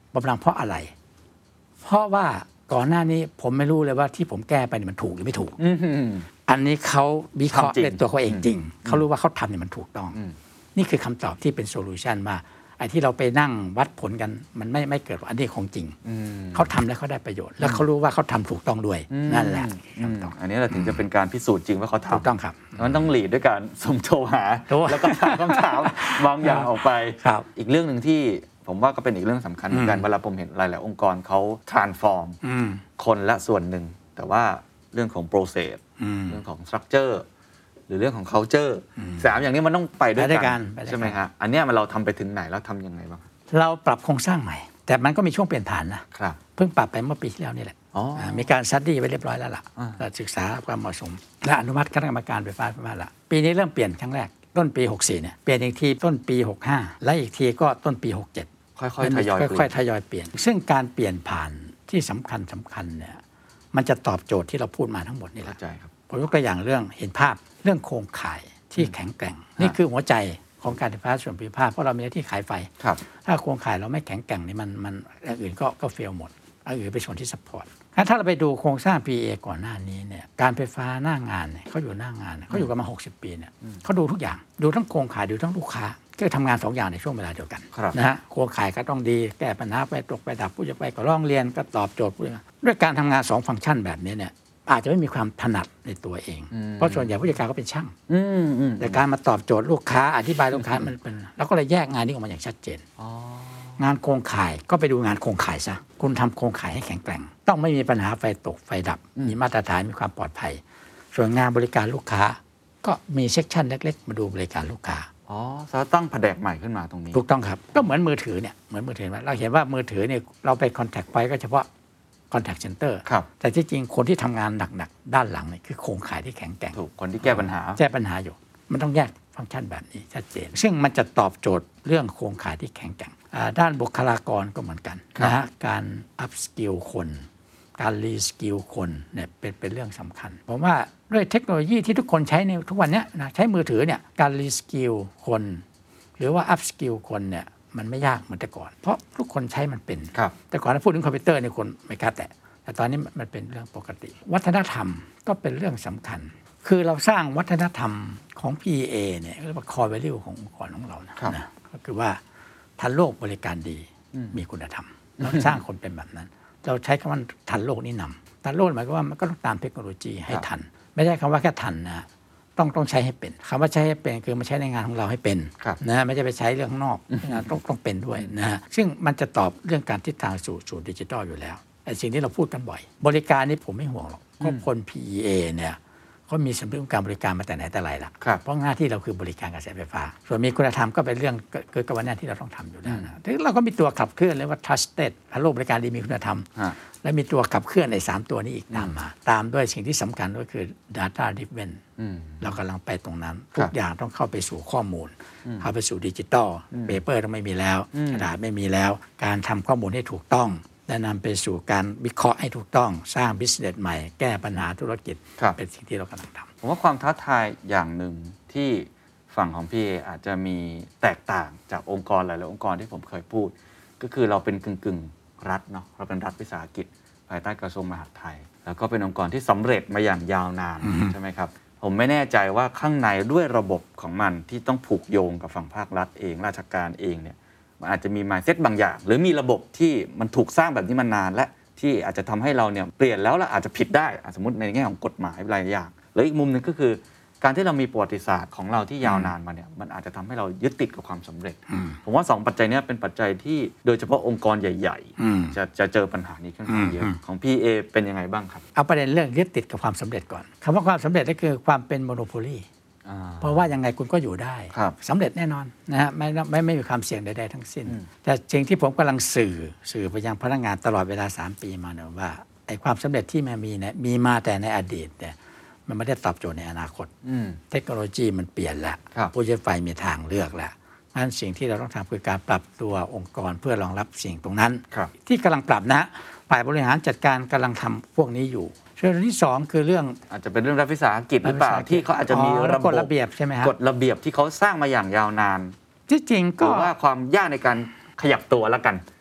S2: บอมลังเพราะอะไรเพราะว่าก่อนหน้านี้ผมไม่รู้เลยว่าที่ผมแก้ไปมันถูกหรือไม่ถูกอันนี้เขาวิเคราะห์ในตัวเขาเองจริงเขารู้ว่าเขาทำเนี่ยมันถูกต้องนี่คือคำตอบที่เป็นโซลูชันมาไอ้ที่เราไปนั่งวัดผลกันมันไม่ไม่เกิดอันนี้ของจริงเขาทำแล้วเขาได้ประโยชน์แล้วเขารู้ว่าเขาทำถูกต้องด้วยนั่นแหละคำตอบ
S1: อันนี้เราถึงจะเป็นการพิสูจน์จริงว่าเขาทำ
S2: ถูกต้องครับ
S1: มันต้องหลีดด้วยการส่งโทรหาแล้วก็ถามคำถามบางอย่างออกไปอีกเรื่องนึงที่ผมว่าก็เป็นอีกเรื่องสำคัญเหมือนกันเวลาผมเห็นหลายๆองค์กรเขา transform คนละส่วนหนึ่งแต่ว่าเรื่องของ process เรื่องของ structure หรือเรื่องของ culture สามอย่างนี้มันต้องไปด้วยกันใช่ไหมครับอันนี้มันเราทำไปถึงไหนแล้วทำยังไงบ้าง
S2: เราปรับโครงสร้างใหม่แต่มันก็มีช่วงเปลี่ยนผ่านนะครับเพิ่งปรับไปเมื่อปีที่แล้วนี่แหละมีการซัดดี้ไว้เรียบร้อยแล้วล่ะศึกษาความเหมาะสมและอนุมัติคณะกรรมการไฟฟ้ามาละปีนี้เริ่มเปลี่ยนครั้งแรกต้นปีหกสี่เนี่ยเปลี่ยนอีกทีต้นปีหกห้าและอีกทีก็ต้นปีหกเจ็ด
S1: ค่อยๆทยอย
S2: ค่อยๆทยอยเปลี่ยนซึ่งการเปลี่ยนผ่านที่สำคัญสำคัญเนี่ยมันจะตอบโจทย์ที่เราพูดมาทั้งหมดนี่แหละผมยกตัวอย่างเรื่องเห็นภาพเรื่องโครงข่ายที่แข็งแกร่งนี่คือหัวใจของการไฟฟ้าส่วนภูมิภาคเพราะเรามีหน้าที่ขายไฟถ้าโครงข่ายเราไม่แข็งแกร่งนี่มันมันอย่างอื่นก็ก็เฟลหมดอันอื่นเป็นส่วนที่ซัพพอร์ตถ้าเราไปดูโครงสร้าง พี เอ ก่อนหน้านี้เนี่ยการไฟฟ้าหน้างานเนี่ยเขาอยู่หน้างานเขาอยู่กันมาหกสิบปีเนี่ยเขาดูทุกอย่างดูทั้งโครงข่ายดูทั้งลูกค้าก็ทำงานสองอย่างในช่วงเวลาเดียวกันนะฮะโครงข่ายก็ต้องดีแก้ปัญหาไปตกไปดับผู้จะไปก็ร้องเรียนก็ตอบโจทย์ด้วยการทำงานสองฟังก์ชันแบบนี้เนี่ยอาจจะไม่มีความถนัดในตัวเองเพราะส่วนใหญ่ผู้จัดการก็เป็นช่างแต่การมาตอบโจทย์ลูกค้าอธิบายลูกค้ามันเป็นแล้วก็เลยแยกงานนี้ออกมาอย่างชัดเจนงานโครงข่ายก็ไปดูงานโครงข่ายซะคุณทำโครงข่ายให้แข็งแกร่งต้องไม่มีปัญหาไฟตกไฟดับมีมาตรฐานมีความปลอดภัยส่วนงานบริการลูกค้าก็มีเซกชันเล็กๆมาดูบริการลูกค้า
S1: อ๋อเราตั้งแผนกใหม่ขึ้นมาตรงนี้
S2: ถูกต้องครับก็เหมือนมือถือเนี่ยเหมือนมือถือเราเห็นว่ามือถือเนี่ยเราไปคอนแทคไว้ก็เฉพาะcontact center แต่ที่จริงคนที่ทำงานหนักๆด้านหลังนี่คือโครงข่ายที่แข็งแกร่ง
S1: ถูกคนที่แก้ปัญหา
S2: แก้ปัญหาอยู่มันต้องแยกฟังก์ชันแบบนี้ชัดเจนซึ่งมันจะตอบโจทย์เรื่องโครงข่ายที่แข็งแกร่งด้านบุคลากรก็เหมือนกันนะฮะการ up skill คนการ re skill คนเนี่ยเป็นเป็นเรื่องสำคัญผมว่าด้วยเทคโนโลยีที่ทุกคนใช้ในทุกวันนี้นะใช้มือถือเนี่ยการ re skill คนหรือว่า up skill คนเนี่ยมันไม่ยากเหมือนแต่ก่อนเพราะทุกคนใช้มันเป็นแต่ก่อนถ้าพูดถึงคอมพิวเตอร์เนี่ยคนไม่กล้าแตะแต่ตอนนี้มันเป็นเรื่องปกติวัฒนธรรมก็เป็นเรื่องสำคัญคือเราสร้างวัฒนธรรมของ พี เอ เนี่ยเรียกว่า core value ขององค์กรของเรานะก็คือว่าทันโลกบริการดีมีคุณธรรมเราสร้างคนเป็นแบบนั้นเราใช้คำว่าทันโลกนี่นำทันโลกหมายความว่ามันก็ต้องตามเทคโนโลยีให้ทันไม่ใช่คำว่าแค่ทันนะต้องต้องใช้ให้เป็นคำว่าใช้ให้เป็นคือมาใช้ในงานของเราให้เป็นนะไม่ใช่ไปใช้เรื่องข้างนอกต้องต้องเป็นด้วยนะฮะซึ่งมันจะตอบเรื่องการทิศทางสู่สู่ดิจิทัลอยู่แล้วไอ้สิ่งที่เราพูดกันบ่อยบริการนี้ผมไม่ห่วงหรอกเพราะคน พี เอ เนี่ยเขามีสำนึกการบริการมาแต่ไหนแต่ไรละเพราะหน้าที่เราคือบริการกระแสไฟฟ้าส่วนมีคุณธรรมก็เป็นเรื่องเกิดกับวันนี้ที่เราต้องทำอยู่แล้วนะถึงเราก็มีตัวขับเคลื่อนเลยว่า trusted โลกบริการดีมีคุณธรรมและมีตัวขับเคลื่อนในสามตัวนี้อีกตามมาตามด้วยสิ่งที่สำคัญก็คือ data driven เรากำลังไปตรงนั้นทุกอย่างต้องเข้าไปสู่ข้อมูลเข้าไปสู่ดิจิตอลเปเปอร์ต้องไม่มีแล้วกระดาษไม่มีแล้วการทำข้อมูลให้ถูกต้องและนำไปสู่การวิเคราะห์ให้ถูกต้องสร้างบิสเนสใหม่แก้ปัญหาธุรกิจเป็นสิ่งที่เรากำลังทำ
S1: ผมว่าความท้าทายอย่างหนึ่งที่ฝั่งของพี่เออาจจะมีแตกต่างจากองค์กรหลายๆองค์กรที่ผมเคยพูดก็คือเราเป็นกึ่งๆรัฐเนาะเราเป็นรัฐวิสาหกิจภายใต้กระทรวงมหาดไทยแล้วก็เป็นองค์กรที่สำเร็จมาอย่างยาวนานใช่ไหมครับผมไม่แน่ใจว่าข้างในด้วยระบบของมันที่ต้องผูกโยงกับฝั่งภาครัฐเองราชการเองเนี่ยมันอาจจะมี mindset บางอย่างหรือมีระบบที่มันถูกสร้างแบบนี้มานานและที่อาจจะทำให้เราเนี่ยเปลี่ยนแล้วละอาจจะผิดได้สมมติในแง่ของกฎหมายหลายอย่างหรืออีกมุมนึงก็คือการที่เรามีประวัติศาสตร์ของเราที่ยาวนานมาเนี่ยมันอาจจะทำให้เรายึดติดกับความสำเร็จผมว่าสองปัจจัยนี้เป็นปัจจัยที่โดยเฉพาะองค์กรใหญ่ๆจะจะเจอปัญหานี้ค่อนข้างเยอะของ พี เอ เป็นยังไงบ้างครับ
S2: เอาประเด็นเรื่องยึดติดกับความสำเร็จก่อนคำว่าความสำเร็จก็คือความเป็นโมโนโพลีเพราะว่ายังไงคุณก็อยู่ได้สำเร็จแน่นอนนะฮะไม่ไม่ไม่มีความเสี่ยงใดๆทั้งสิ้นแต่สิ่งที่ผมกำลังสื่อสื่อไปยังพนักงานตลอดเวลาสามปีมาเนี่ยว่าไอ้ความสำเร็จที่มันมีเนี่ยมีมาแต่ในอดีตเนี่ยมันไม่ได้ตอบโจทย์ในอนาคตเทคโนโลยีมันเปลี่ยนแล้วผู้ใช้ไฟมีทางเลือกแล้วงั้นสิ่งที่เราต้องทำคือการปรับตัวองค์กรเพื่อรองรับสิ่งตรงนั้นที่กำลังปรับนะฝ่ายบริหารจัดการกำลังทำพวกนี้อยู่เรื่องที่สองคือเรื่อง
S1: อาจจะเป็นเรื่องรัฐวิสาหกิจหรือเปล่าที่เขาอาจจะมีระบบ
S2: กฎระเบียบใช่ไหมครับ
S1: กฎระเบียบที่เขาสร้างมาอย่างยาวนาน
S2: ที่จริงก็
S1: ว่าความยากในการขยับตัวแล้วกัน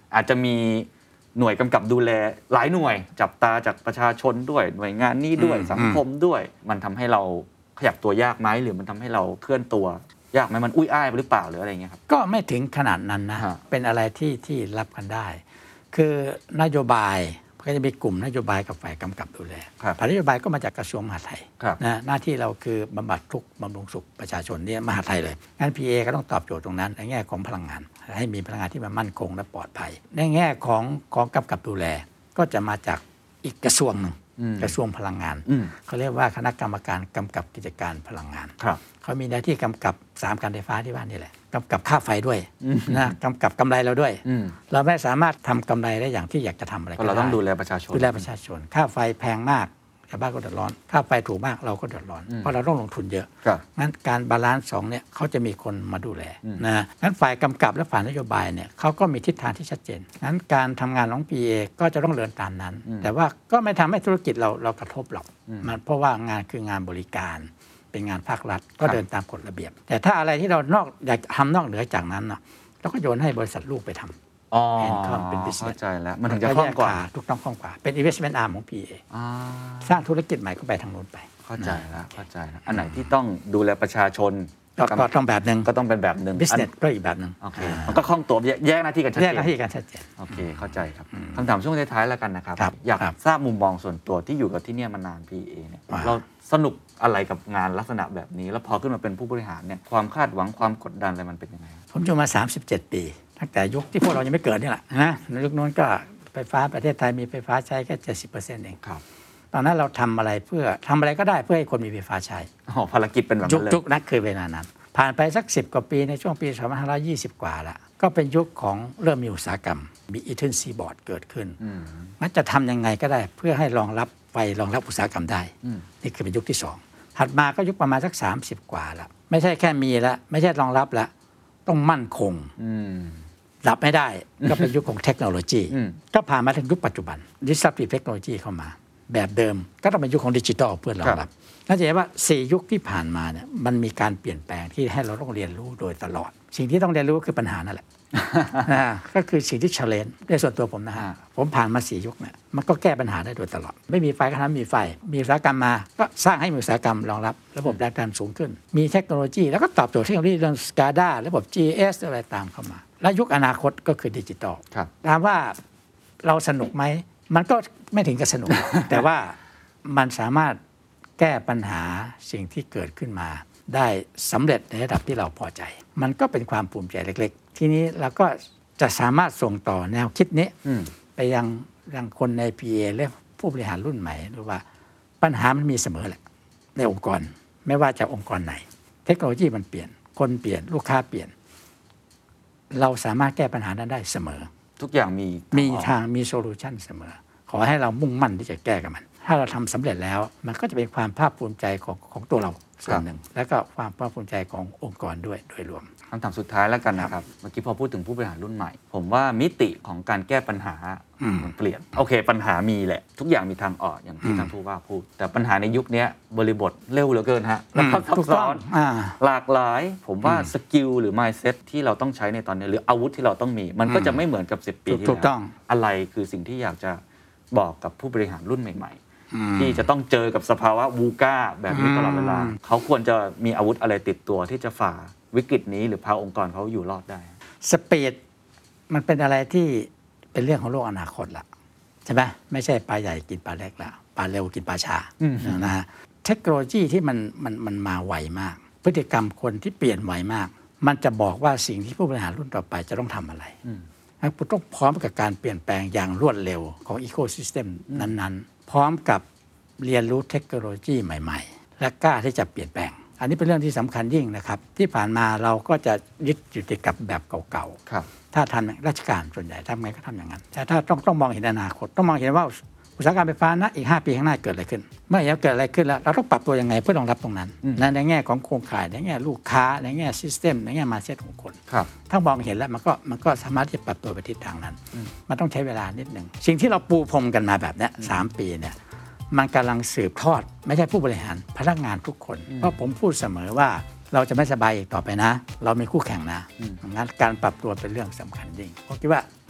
S1: อาจจะมีหน่วยกำกับดูแลหลายหน่วยจับตาจากประชาชนด้วยหน่วยงานนี้ด้วยสังคมด้วยมันทำให้เราขยับตัวยากไหมหรือมันทำให้เราเคลื่อนตัวยากไหมมันอุ้ยอ้ายหรือเปล่าหรืออะไรเงี้ยครับ
S2: ก็ไม่ถึงขนาดนั้นนะเป็นอะไรที่ที่รับกันได้คือนโยบายก็จะมีกลุ่มนโยบายกับฝ่ายกำกับดูแลฝ่ายนโยบายก็มาจากกระทรวงมหาดไทยนะหน้าที่เราคือบำบัดทุกข์บำรุงสุขประชาชนเนี่ยมหาดไทยเลยงั้น พี เอ ก็ต้องตอบโจทย์ตรงนั้นในแง่ของพลังงานให้มีพลังงานที่มันมั่นคงและปลอดภัยในแง่ของของกำกับดูแลก็จะมาจากอีกกระทรวงนึงกระทรวงพลังงานเขาเรียกว่าคณะกรรมการกำกับกิจการพลังงานเขามีหน้าที่กำกับสามการไฟฟ้าที่บ้านนี่แหละกำกับค่าไฟด้วยนะกำกับกำไรเราด้วยเราไม่สามารถทำกำไรได้อย่างที่อยากจะทำอะไรก็ได้
S1: เราต้องดูแลประชาชน
S2: ดูแลประชาชนค่าไฟแพงมากชาวบ้านก็เดือดร้อนค่าไฟถูกมากเราก็เดือดร้อนเพราะเราต้องลงทุนเยอะงั้นการบาลานซ์สองเนี่ยเขาจะมีคนมาดูแลนะงั้นฝ่ายกำกับและฝ่ายนโยบายเนี่ยเขาก็มีทิศทางที่ชัดเจนงั้นการทำงานของ พี เอ ก็จะต้องเดินตามนั้นแต่ว่าก็ไม่ทำให้ธุรกิจเราเรากระทบหรอกมันเพราะว่างานคืองานบริการเป็นงานภาครัฐก็เดินตามกฎระเบียบแต่ถ้าอะไรที่เรานอกอยากทำนอกเหนือจากนั้นนะเราก็โยนให้บริษัทลูกไปทำ
S1: อ๋อเป็นบิสเนสเข้าใจแล้วมันถึงจะคล่องกว่า
S2: ถูกต้องคล่องกว่าเป็น investment arm ของ พี เอ สร้างธุรกิจใหม่ก็ไปทางโน้นไป
S1: เข้าใจแล้วเข้าใจแล้วอันไหนที่ต้องดูแลประชาชน
S2: ก็ต้องแบบนึง
S1: ก็ต้องเป็นแบบนึง
S2: business ก็อีกแบบนึง
S1: โอเคมันก็คล่องตัวแยกหน้าที่กันชัดเจน
S2: แยกหน้าที่กันชัดเจน
S1: โอเคเข้าใจครับคำถามช่วงท้ายๆแล้วกันนะครับอยากทราบมุมมองส่วนตัวที่อยู่กับที่นี่มานาน พี เอ เนี่ยเราสนุกอะไรกับงานลักษณะแบบนี้แล้วพอขึ้นมาเป็นผู้บริหารเนี่ยความคาดหวังความกดดันอะไรมันเป็นยังไง
S2: ผมอยู่มาสามสิบเจ็ดปีตั้งแต่ยุคที่พวกเรายังไม่เกิดนี่แหละนะในยุคนู้นก็ไฟฟ้าประเทศไทยมีไฟฟ้าใช้แค่ เจ็ดสิบเปอร์เซ็นต์ เองครับตอนนั้นเราทำอะไรเพื่อทำอะไรก็ได้เพื่อให้คนมีไฟฟ้าใช้
S1: อ๋อภารกิจเป็นแบบนั้นเลย
S2: ยุคนั้นคือเวลานั้นผ่านไปสักสิบกว่าปีในช่วงปีสองพันห้าร้อยยี่สิบกว่าละก็เป็นยุคของเริ่มมีอุตสาหกรรมมีอีเทิร์นซีบอร์ดเกิดขึ้นมันจะทำยังไงก็ได้เพื่อให้รองรับไฟรองรับอุตสาหกรรมได้นี่คือเป็นยุคที่สองถัดมาก็ยุคประมาณสักสามสิบกว่าละไม่ใช่แค่มีละไม่ใช่รองรับละต้องมั่นคงรับไม่ได้ก็เป็นยุคของเทคโนโลยีก็ผ่านมาถึงยุคปัจจุบัน disruptive technology เข้ามาแบบเดิมก็ต้องเป็นยุคของดิจิทัลเพื่อรองรับน่าจะเห็นว่าสี่ยุคที่ผ่านมาเนี่ยมันมีการเปลี่ยนแปลงที่ให้เราต้องเรียนรู้โดยตลอดสิ่งที่ต้องเรียนรู้คือปัญหานั่นแหละ ก็คือสิ่งที่ challenge ในส่วนตัวผมนะฮะผมผ่านมาสี่ยุคเนี่ยมันก็แก้ปัญหาได้โดยตลอดไม่มีไฟก็ทำมีไฟมีอุตสาหกรรมมาก็สร้างให้มีอุตสาหกรรมรองรับระบบแรงดันสูงขึ้นมีเทคโนโลยีแล้วก็ตอบโจทย์เทคโนโลยีเรื่อง สกาดา ระบบ จี เอส อะไรตามเข้ามาและยุคอนาคตก็คือดิจิทัลถามว่าเราสนุกไหมมันก็ไม่ถึงกับสนุก แต่ว่ามันสามารถแก้ปัญหาสิ่งที่เกิดขึ้นมาได้สำเร็จในระดับที่เราพอใจมันก็เป็นความภูมิใจเล็กๆทีนี้เราก็จะสามารถส่งต่อแนวคิดนี้ไปยังยังคนใน พี เอ และผู้บริหารรุ่นใหม่หรือว่าปัญหามันมีเสมอแหละในองค์กรไม่ว่าจะองค์กรไหนเทคโนโลยีมันเปลี่ยนคนเปลี่ยนลูกค้าเปลี่ยนเราสามารถแก้ปัญหานั้นได้เสมอ
S1: ทุกอย่างมี
S2: มีทางมีโซลูชันเสมอขอให้เรามุ่งมั่นที่จะแก้กับมันถ้าเราทำสำเร็จแล้วมันก็จะเป็นความภาคภูมิใจของของตัวเราส่วนหนึ่งแล้วก็ความภาคภูมิใจขององค์กรด้วยโดยรวม
S1: คำถามสุดท้ายแล้วกันนะครับเมื่อกี้พอพูดถึงผู้บริหารรุ่นใหม่ผมว่ามิติของการแก้ปัญหามันเปลี่ยนโอเคปัญหามีแหละทุกอย่างมีทางออกอย่างที่ท่านผู้ว่าพูดแต่ปัญหาในยุคนี้บริบทเร็วเหลือเกินฮะแล้วก็ซับซ้อนหลากหลายผมว่าสกิลหรือ mindset ที่เราต้องใช้ในตอนนี้หรืออาวุธที่เราต้องมีมันก็จะไม่เหมือนกับสิบปีที่แล้วอะไรคือสิ่งที่อยากจะบอกกับผู้บริหารรุ่นใหม่ๆที่จะต้องเจอกับสภาวะวูก้าแบบนี้ตลอดเวลาเขาควรจะมีอาวุธอะไรติดตัวที่จะฝ่าวิกฤตนี้หรือพาองค์กรเขาอยู่รอดได้
S2: สปีดมันเป็นอะไรที่เป็นเรื่องของโลกอนาคตละใช่ไหมไม่ใช่ปลาใหญ่กินปลาเล็กละปลาเร็วกินปลาช้านะฮะเทคโนโลยีที่มันมันมันมาไวมากพฤติกรรมคนที่เปลี่ยนไวมากมันจะบอกว่าสิ่งที่ผู้บริหารรุ่นต่อไปจะต้องทำอะไรต้องพร้อมกับการเปลี่ยนแปลงอย่างรวดเร็วของอีโคซิสเต็มนั้นๆพร้อมกับเรียนรู้เทคโนโลยีใหม่ๆและกล้าที่จะเปลี่ยนแปลงอันนี้เป็นเรื่องที่สำคัญยิ่งนะครับที่ผ่านมาเราก็จะยึดอยู่กับแบบเก่าๆถ้าทำราชการส่วนใหญ่ทำไงก็ทำอย่างนั้นแต่ถ้าต้องต้องมองเห็นอนาคตต้องมองเห็นว่าอุตสาหกรรมไฟฟ้านะอีกห้าปีข้างหน้าเกิดอะไรขึ้นเมื่อเกิดอะไรขึ้นแล้วเราต้องปรับตัวยังไงเพื่อรองรับตรงนั้นในแง่ของโครงข่ายในแง่ลูกค้าในแง่ซิสเต็มในแง่มาเซ็ตของคนถ้ามองเห็นแล้วมันก็มันก็สามารถที่จะปรับตัวไปทิศทางนั้นมันต้องใช้เวลานิดนึงสิ่งที่เราปูพรมกันมาแบบนี้สามปีเนี่ยมันกำลังสืบทอดไม่ใช่ผู้บริหารพนักงานทุกคนเพราะผมพูดเสมอว่าเราจะไม่สบายอีกต่อไปนะเรามีคู่แข่งนะงั้นการปรับตัวเป็นเรื่องสำคัญยิ่งผมคิดว่า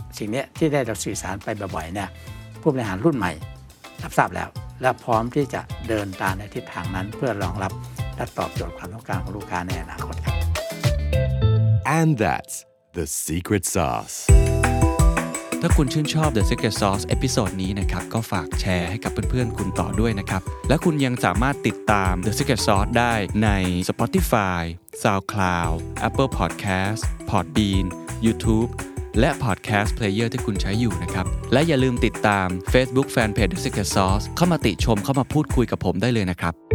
S2: สิ่งนี้ที่ได้เราสื่อสารไปบ่อยๆเนี่ยผู้บริหารรุ่นใหม่รับทราบแล้วและพร้อมที่จะเดินตามในทิศทางนั้นเพื่อรองรับและตอบโจทย์ความต้องการของลูกค้าในอนาคตครับ
S3: And that's the secret sauce.
S5: ถ้าคุณชื่นชอบ The Secret Sauce เอพิโซดนี้นะครับก็ฝากแชร์ให้กับเพื่อนๆคุณต่อด้วยนะครับและคุณยังสามารถติดตาม The Secret Sauce ได้ใน Spotify, SoundCloud, Apple Podcast, Podbean, YouTube และ Podcast Player ที่คุณใช้อยู่นะครับและอย่าลืมติดตาม Facebook Fanpage The Secret Sauce เข้ามาติชมเข้ามาพูดคุยกับผมได้เลยนะครับ